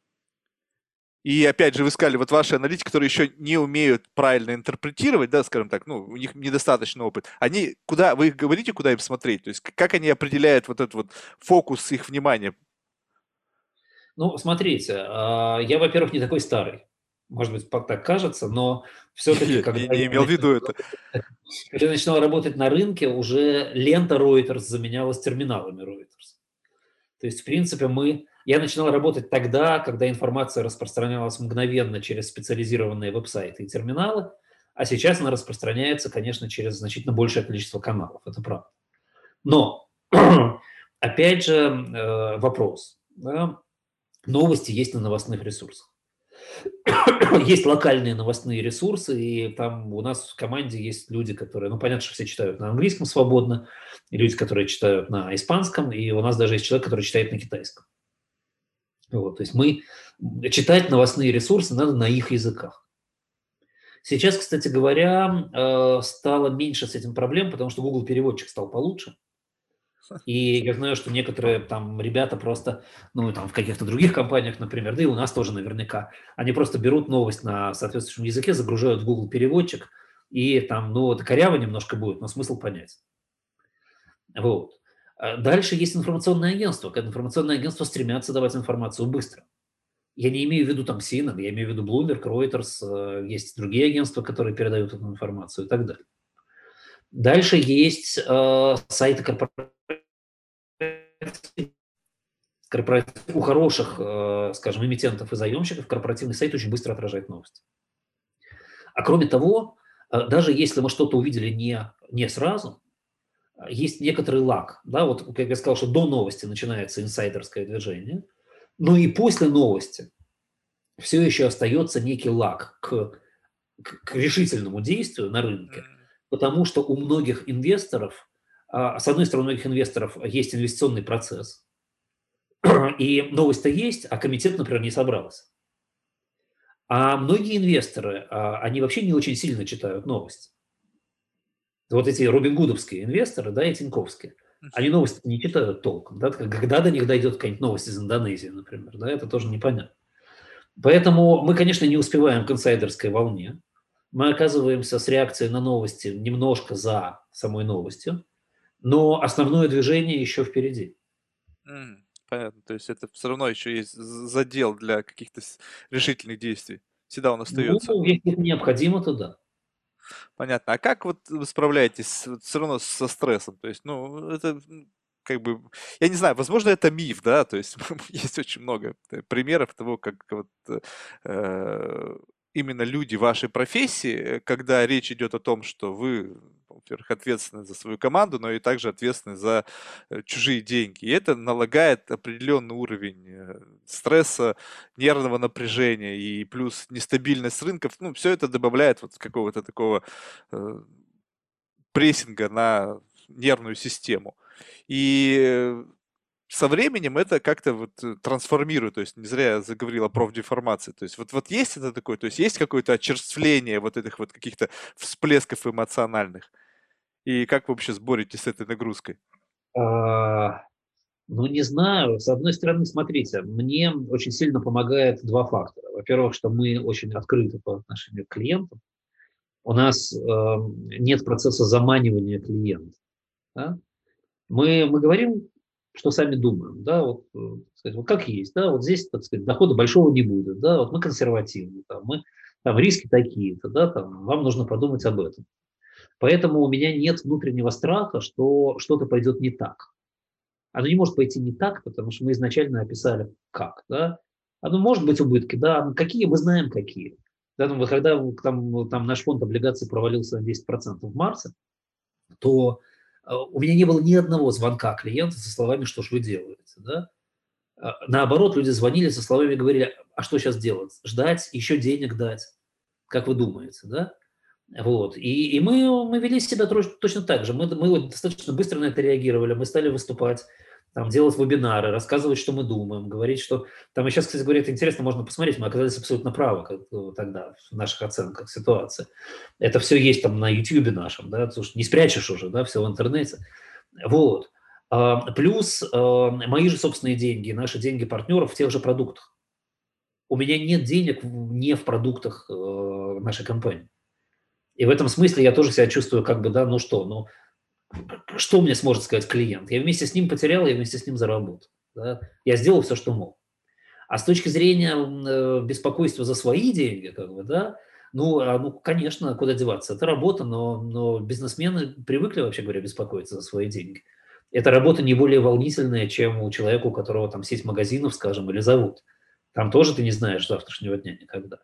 И опять же, вы сказали, вот ваши аналитики, которые еще не умеют правильно интерпретировать, да, скажем так, ну, у них недостаточно опыт, они куда, вы говорите, куда им смотреть? То есть как они определяют вот этот вот фокус их внимания? Ну, смотрите, я, во-первых, не такой старый. Может быть, так кажется, но все-таки, Нет, не имел в виду это. когда я начинал работать на рынке, уже лента Reuters заменялась терминалами Reuters. То есть, в принципе, я начинал работать тогда, когда информация распространялась мгновенно через специализированные веб-сайты и терминалы, а сейчас она распространяется, конечно, через значительно большее количество каналов, это правда. Но, опять же, вопрос. Да? Новости есть на новостных ресурсах. Есть локальные новостные ресурсы, и там у нас в команде есть люди, которые, ну, понятно, что все читают на английском свободно, и люди, которые читают на испанском, и у нас даже есть человек, который читает на китайском. Вот, то есть читать новостные ресурсы надо на их языках. Сейчас, кстати говоря, стало меньше с этим проблем, потому что Google переводчик стал получше. И я знаю, что некоторые там ребята просто, ну, там в каких-то других компаниях, например, да и у нас тоже наверняка, они просто берут новость на соответствующем языке, загружают в Google переводчик, и там, ну, это коряво немножко будет, но смысл понять. Вот. Дальше есть информационное агентство. Информационные агентства стремятся давать информацию быстро. Я не имею в виду там CNN, я имею в виду Bloomberg, Reuters, есть другие агентства, которые передают эту информацию и так далее. Дальше есть сайты корпораций. У хороших, скажем, эмитентов и заемщиков корпоративный сайт очень быстро отражает новости. А кроме того, даже если мы что-то увидели не сразу, есть некоторый лаг. Да? Вот, как я сказал, что до новости начинается инсайдерское движение, но и после новости все еще остается некий лаг к решительному действию на рынке, потому что у многих инвесторов, с одной стороны, у многих инвесторов есть инвестиционный процесс, и новость-то есть, а комитет, например, не собрался. А многие инвесторы, они вообще не очень сильно читают новости. Вот эти робингудовские инвесторы, да, и тиньковские, они новости не читают толком. Да? Когда до них дойдет какая-нибудь новость из Индонезии, например, да, это тоже непонятно. Поэтому мы, конечно, не успеваем к инсайдерской волне. Мы оказываемся с реакцией на новости немножко за самой новостью, но основное движение еще впереди. Понятно, то есть это все равно еще есть задел для каких-то решительных действий. Всегда он Ну, остается. если это необходимо, то да. Понятно. А как вот вы справляетесь все равно со стрессом? То есть, ну, это как бы, я не знаю, возможно, это миф, да, то есть есть очень много примеров того, как вот именно люди вашей профессии, когда речь идет о том, что вы, во-первых, ответственны за свою команду, но и также ответственны за чужие деньги. И это налагает определенный уровень стресса, нервного напряжения и плюс нестабильность рынков. Ну, все это добавляет вот какого-то такого э, прессинга на нервную систему. И со временем это как-то вот трансформирует, то есть не зря я заговорил о профдеформации, то есть вот есть это такое, то есть есть какое-то очерствление вот этих вот каких-то всплесков эмоциональных, и как вы вообще боретесь с этой нагрузкой? А, Ну, не знаю. С одной стороны, смотрите, мне очень сильно помогает два фактора. Во-первых, что мы очень открыты по отношению к клиентам. У нас нет процесса заманивания клиента. Да? Мы говорим, что сами думаем, да, вот, так сказать, вот как есть, да, вот здесь, так сказать, дохода большого не будет, да, вот мы консервативны, там, мы, там риски такие-то, да, там, вам нужно подумать об этом. Поэтому у меня нет внутреннего страха, что что-то пойдет не так. Оно не может пойти не так, потому что мы изначально описали как, да. Оно может быть убытки, да, ну, какие, мы знаем какие. Да, ну, вот когда там наш фонд облигаций провалился на 10% в марте, то у меня не было ни одного звонка клиента со словами, что ж вы делаете, да. Наоборот, люди звонили со словами, говорили, а что сейчас делать? Ждать, еще денег дать, как вы думаете, да? Вот. И мы вели себя точно так же. Мы вот достаточно быстро на это реагировали. Мы стали выступать, там, делать вебинары, рассказывать, что мы думаем, говорить, что... Там и сейчас, кстати говоря, это интересно, можно посмотреть, мы оказались абсолютно правы тогда в наших оценках ситуации. Это все есть там на YouTube нашем, да, потому что не спрячешь уже, да, все в интернете. Вот. Плюс мои же собственные деньги, наши деньги партнеров в тех же продуктах. У меня нет денег не в продуктах нашей компании. И в этом смысле я тоже себя чувствую как бы, да, ну что, ну что мне сможет сказать клиент? Я вместе с ним потерял, я вместе с ним заработал. Да? Я сделал все, что мог. А с точки зрения беспокойства за свои деньги, как бы, да, ну, конечно, куда деваться. Это работа, но бизнесмены привыкли, вообще говоря, беспокоиться за свои деньги. Эта работа не более волнительная, чем у человека, у которого там сеть магазинов, скажем, или завод. Там тоже ты не знаешь завтрашнего дня никогда.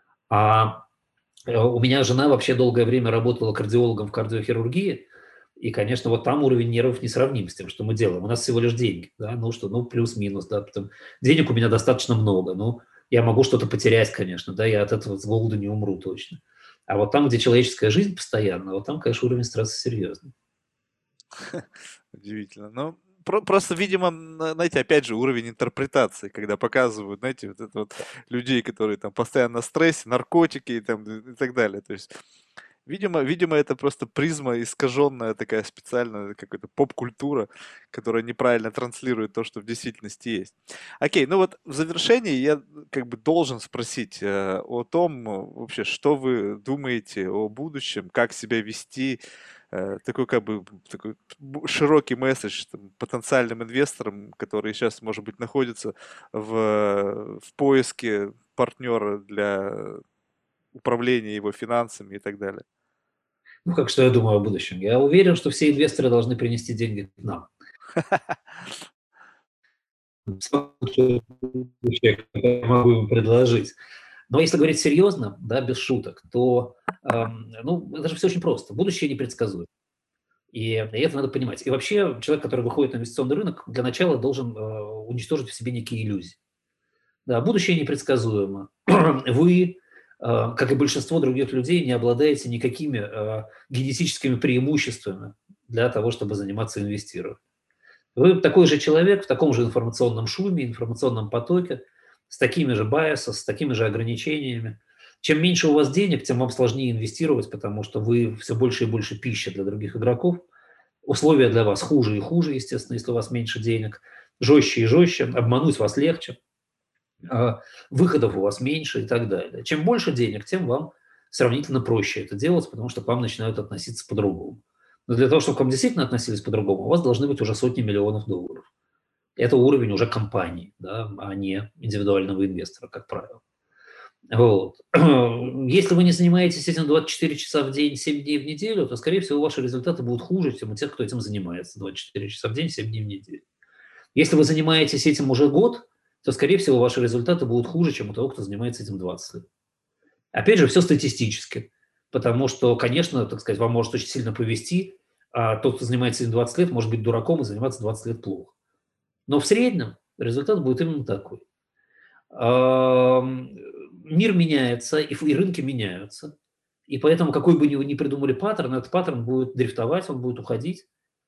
А у меня жена вообще долгое время работала кардиологом в кардиохирургии, и, конечно, вот там уровень нервов не сравним с тем, что мы делаем. У нас всего лишь деньги, да, ну что, ну плюс-минус, да, потом денег у меня достаточно много, ну я могу что-то потерять, конечно, да, я от этого с голоду не умру точно. А вот там, где человеческая жизнь постоянно, вот там, конечно, уровень стресса серьезный. Удивительно. Ну, просто, видимо, знаете, опять же, уровень интерпретации, когда показывают, знаете, вот это вот людей, которые там постоянно в стрессе, наркотики и, там, и так далее. То есть видимо, это просто призма искаженная такая специальная какая-то поп-культура, которая неправильно транслирует то, что в действительности есть. Окей, ну вот в завершении я как бы должен спросить о том, вообще, что вы думаете о будущем, как себя вести, такой как бы такой широкий месседж там, потенциальным инвесторам, которые сейчас, может быть, находятся в поиске партнера для управления его финансами и так далее. Ну, как что я думаю о будущем? Я уверен, что все инвесторы должны принести деньги к нам. Я могу им предложить. Но если говорить серьезно, да, без шуток, то ну, это же все очень просто. Будущее непредсказуемо. И это надо понимать. И вообще человек, который выходит на инвестиционный рынок, для начала должен уничтожить в себе некие иллюзии. Да, будущее непредсказуемо. Вы, как и большинство других людей, не обладаете никакими генетическими преимуществами для того, чтобы заниматься инвестированием. Вы такой же человек в таком же информационном шуме, информационном потоке, с такими же байесами, с такими же ограничениями. Чем меньше у вас денег, тем вам сложнее инвестировать, потому что вы все больше и больше пища для других игроков. Условия для вас хуже и хуже, естественно, если у вас меньше денег. Жестче и жестче, обмануть вас легче, выходов у вас меньше и так далее. Чем больше денег, тем вам сравнительно проще это делать, потому что к вам начинают относиться по-другому. Но для того, чтобы к вам действительно относились по-другому, у вас должны быть уже сотни миллионов долларов. Это уровень уже компании, да, а не индивидуального инвестора, как правило. Вот. Если вы не занимаетесь этим 24 часа в день, 7 дней в неделю, то, скорее всего, ваши результаты будут хуже, чем у тех, кто этим занимается 24 часа в день, 7 дней в неделю. Если вы занимаетесь этим уже год, то, скорее всего, ваши результаты будут хуже, чем у того, кто занимается этим 20 лет. Опять же, все статистически, потому что, конечно, так сказать, вам может очень сильно повезти, а тот, кто занимается этим 20 лет, может быть дураком и заниматься 20 лет плохо. Но в среднем результат будет именно такой. Ам, Мир меняется, и рынки меняются. И поэтому какой бы вы ни придумали паттерн, этот паттерн будет дрифтовать, он будет уходить,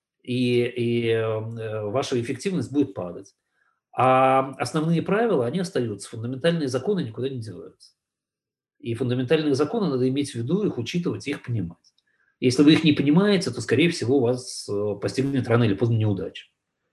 и ваша эффективность будет падать. А основные правила, они остаются. Фундаментальные законы никуда не деваются. И фундаментальные законы надо иметь в виду, их учитывать, их понимать. Если вы их не понимаете, то, скорее всего, вас постигнет рано или поздно неудача.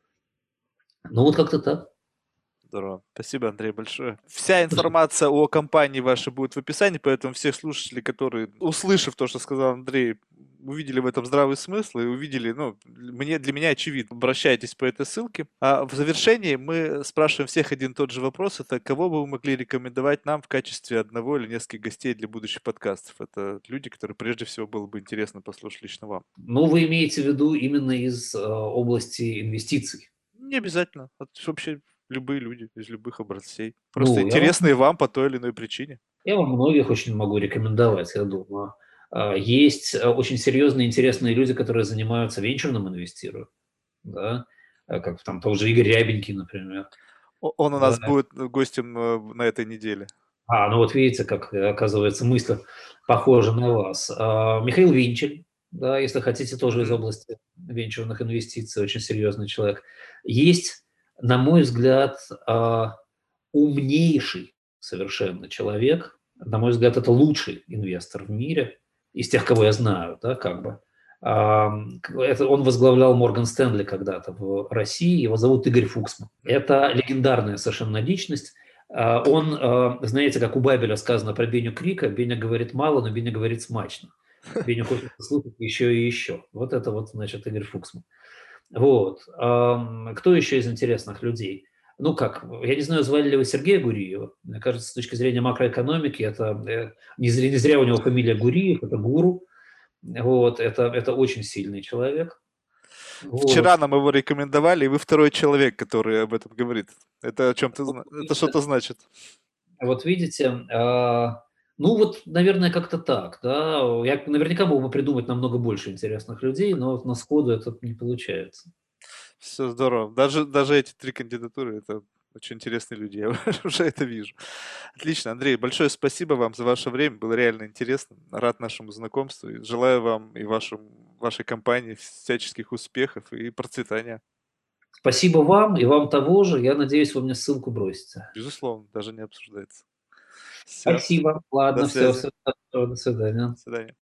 Ну, вот как-то так. Здорово. Спасибо, Андрей, большое. Вся информация о компании вашей будет в описании, поэтому все слушатели, которые, услышав то, что сказал Андрей, увидели в этом здравый смысл и увидели, ну, для меня очевидно. Обращайтесь по этой ссылке. А в завершении мы спрашиваем всех один и тот же вопрос. Это кого бы вы могли рекомендовать нам в качестве одного или нескольких гостей для будущих подкастов? Это люди, которые прежде всего было бы интересно послушать лично вам. Ну, вы имеете в виду именно из области инвестиций? Не обязательно. Вот вообще любые люди из любых областей. Просто Ну, интересные вам по той или иной причине. я вам многих очень могу рекомендовать, я думаю. Есть очень серьезные, интересные люди, которые занимаются венчурным инвестированием, да, как там тот же Игорь Рябенький, например. Он у Да. нас будет гостем на этой неделе. Ну вот видите, как, оказывается, мысли похожи на вас. Михаил Винчель, да, если хотите, тоже из Мгм. области венчурных инвестиций, очень серьезный человек. Есть, на мой взгляд, умнейший совершенно человек. На мой взгляд, это лучший инвестор в мире из тех, кого я знаю, да, как бы. Он возглавлял Морган Стэнли когда-то в России, его зовут Игорь Фуксман. Это легендарная совершенно личность. Он, знаете, как у Бабеля сказано про Беню Крика, Беня говорит мало, но Беня говорит смачно. Беню хочется слушать еще и еще. Вот это вот, значит, Игорь Фуксман. Вот. Кто еще из интересных людей? Ну как, я не знаю, звали ли вы Сергея Гуриева. Мне кажется, с точки зрения макроэкономики, это не зря у него фамилия Гуриев, это гуру. Вот, это очень сильный человек. Вот. Вчера нам его рекомендовали, и вы второй человек, который об этом говорит. Это о чем-то, это что-то значит. Вот видите, ну вот, наверное, как-то так, да. Я наверняка мог бы придумать намного больше интересных людей, но вот на сходу это не получается. Все здорово. Даже эти 3 кандидатуры — это очень интересные люди, я уже это вижу. Отлично, Андрей, большое спасибо вам за ваше время, было реально интересно. Рад нашему знакомству и желаю вам и вашей компании всяческих успехов и процветания. Спасибо вам и вам того же. Я надеюсь, вы мне ссылку бросите. Безусловно, даже не обсуждается. Все, Спасибо. до Ладно, все, связи. всего доброго, до свидания. До свидания.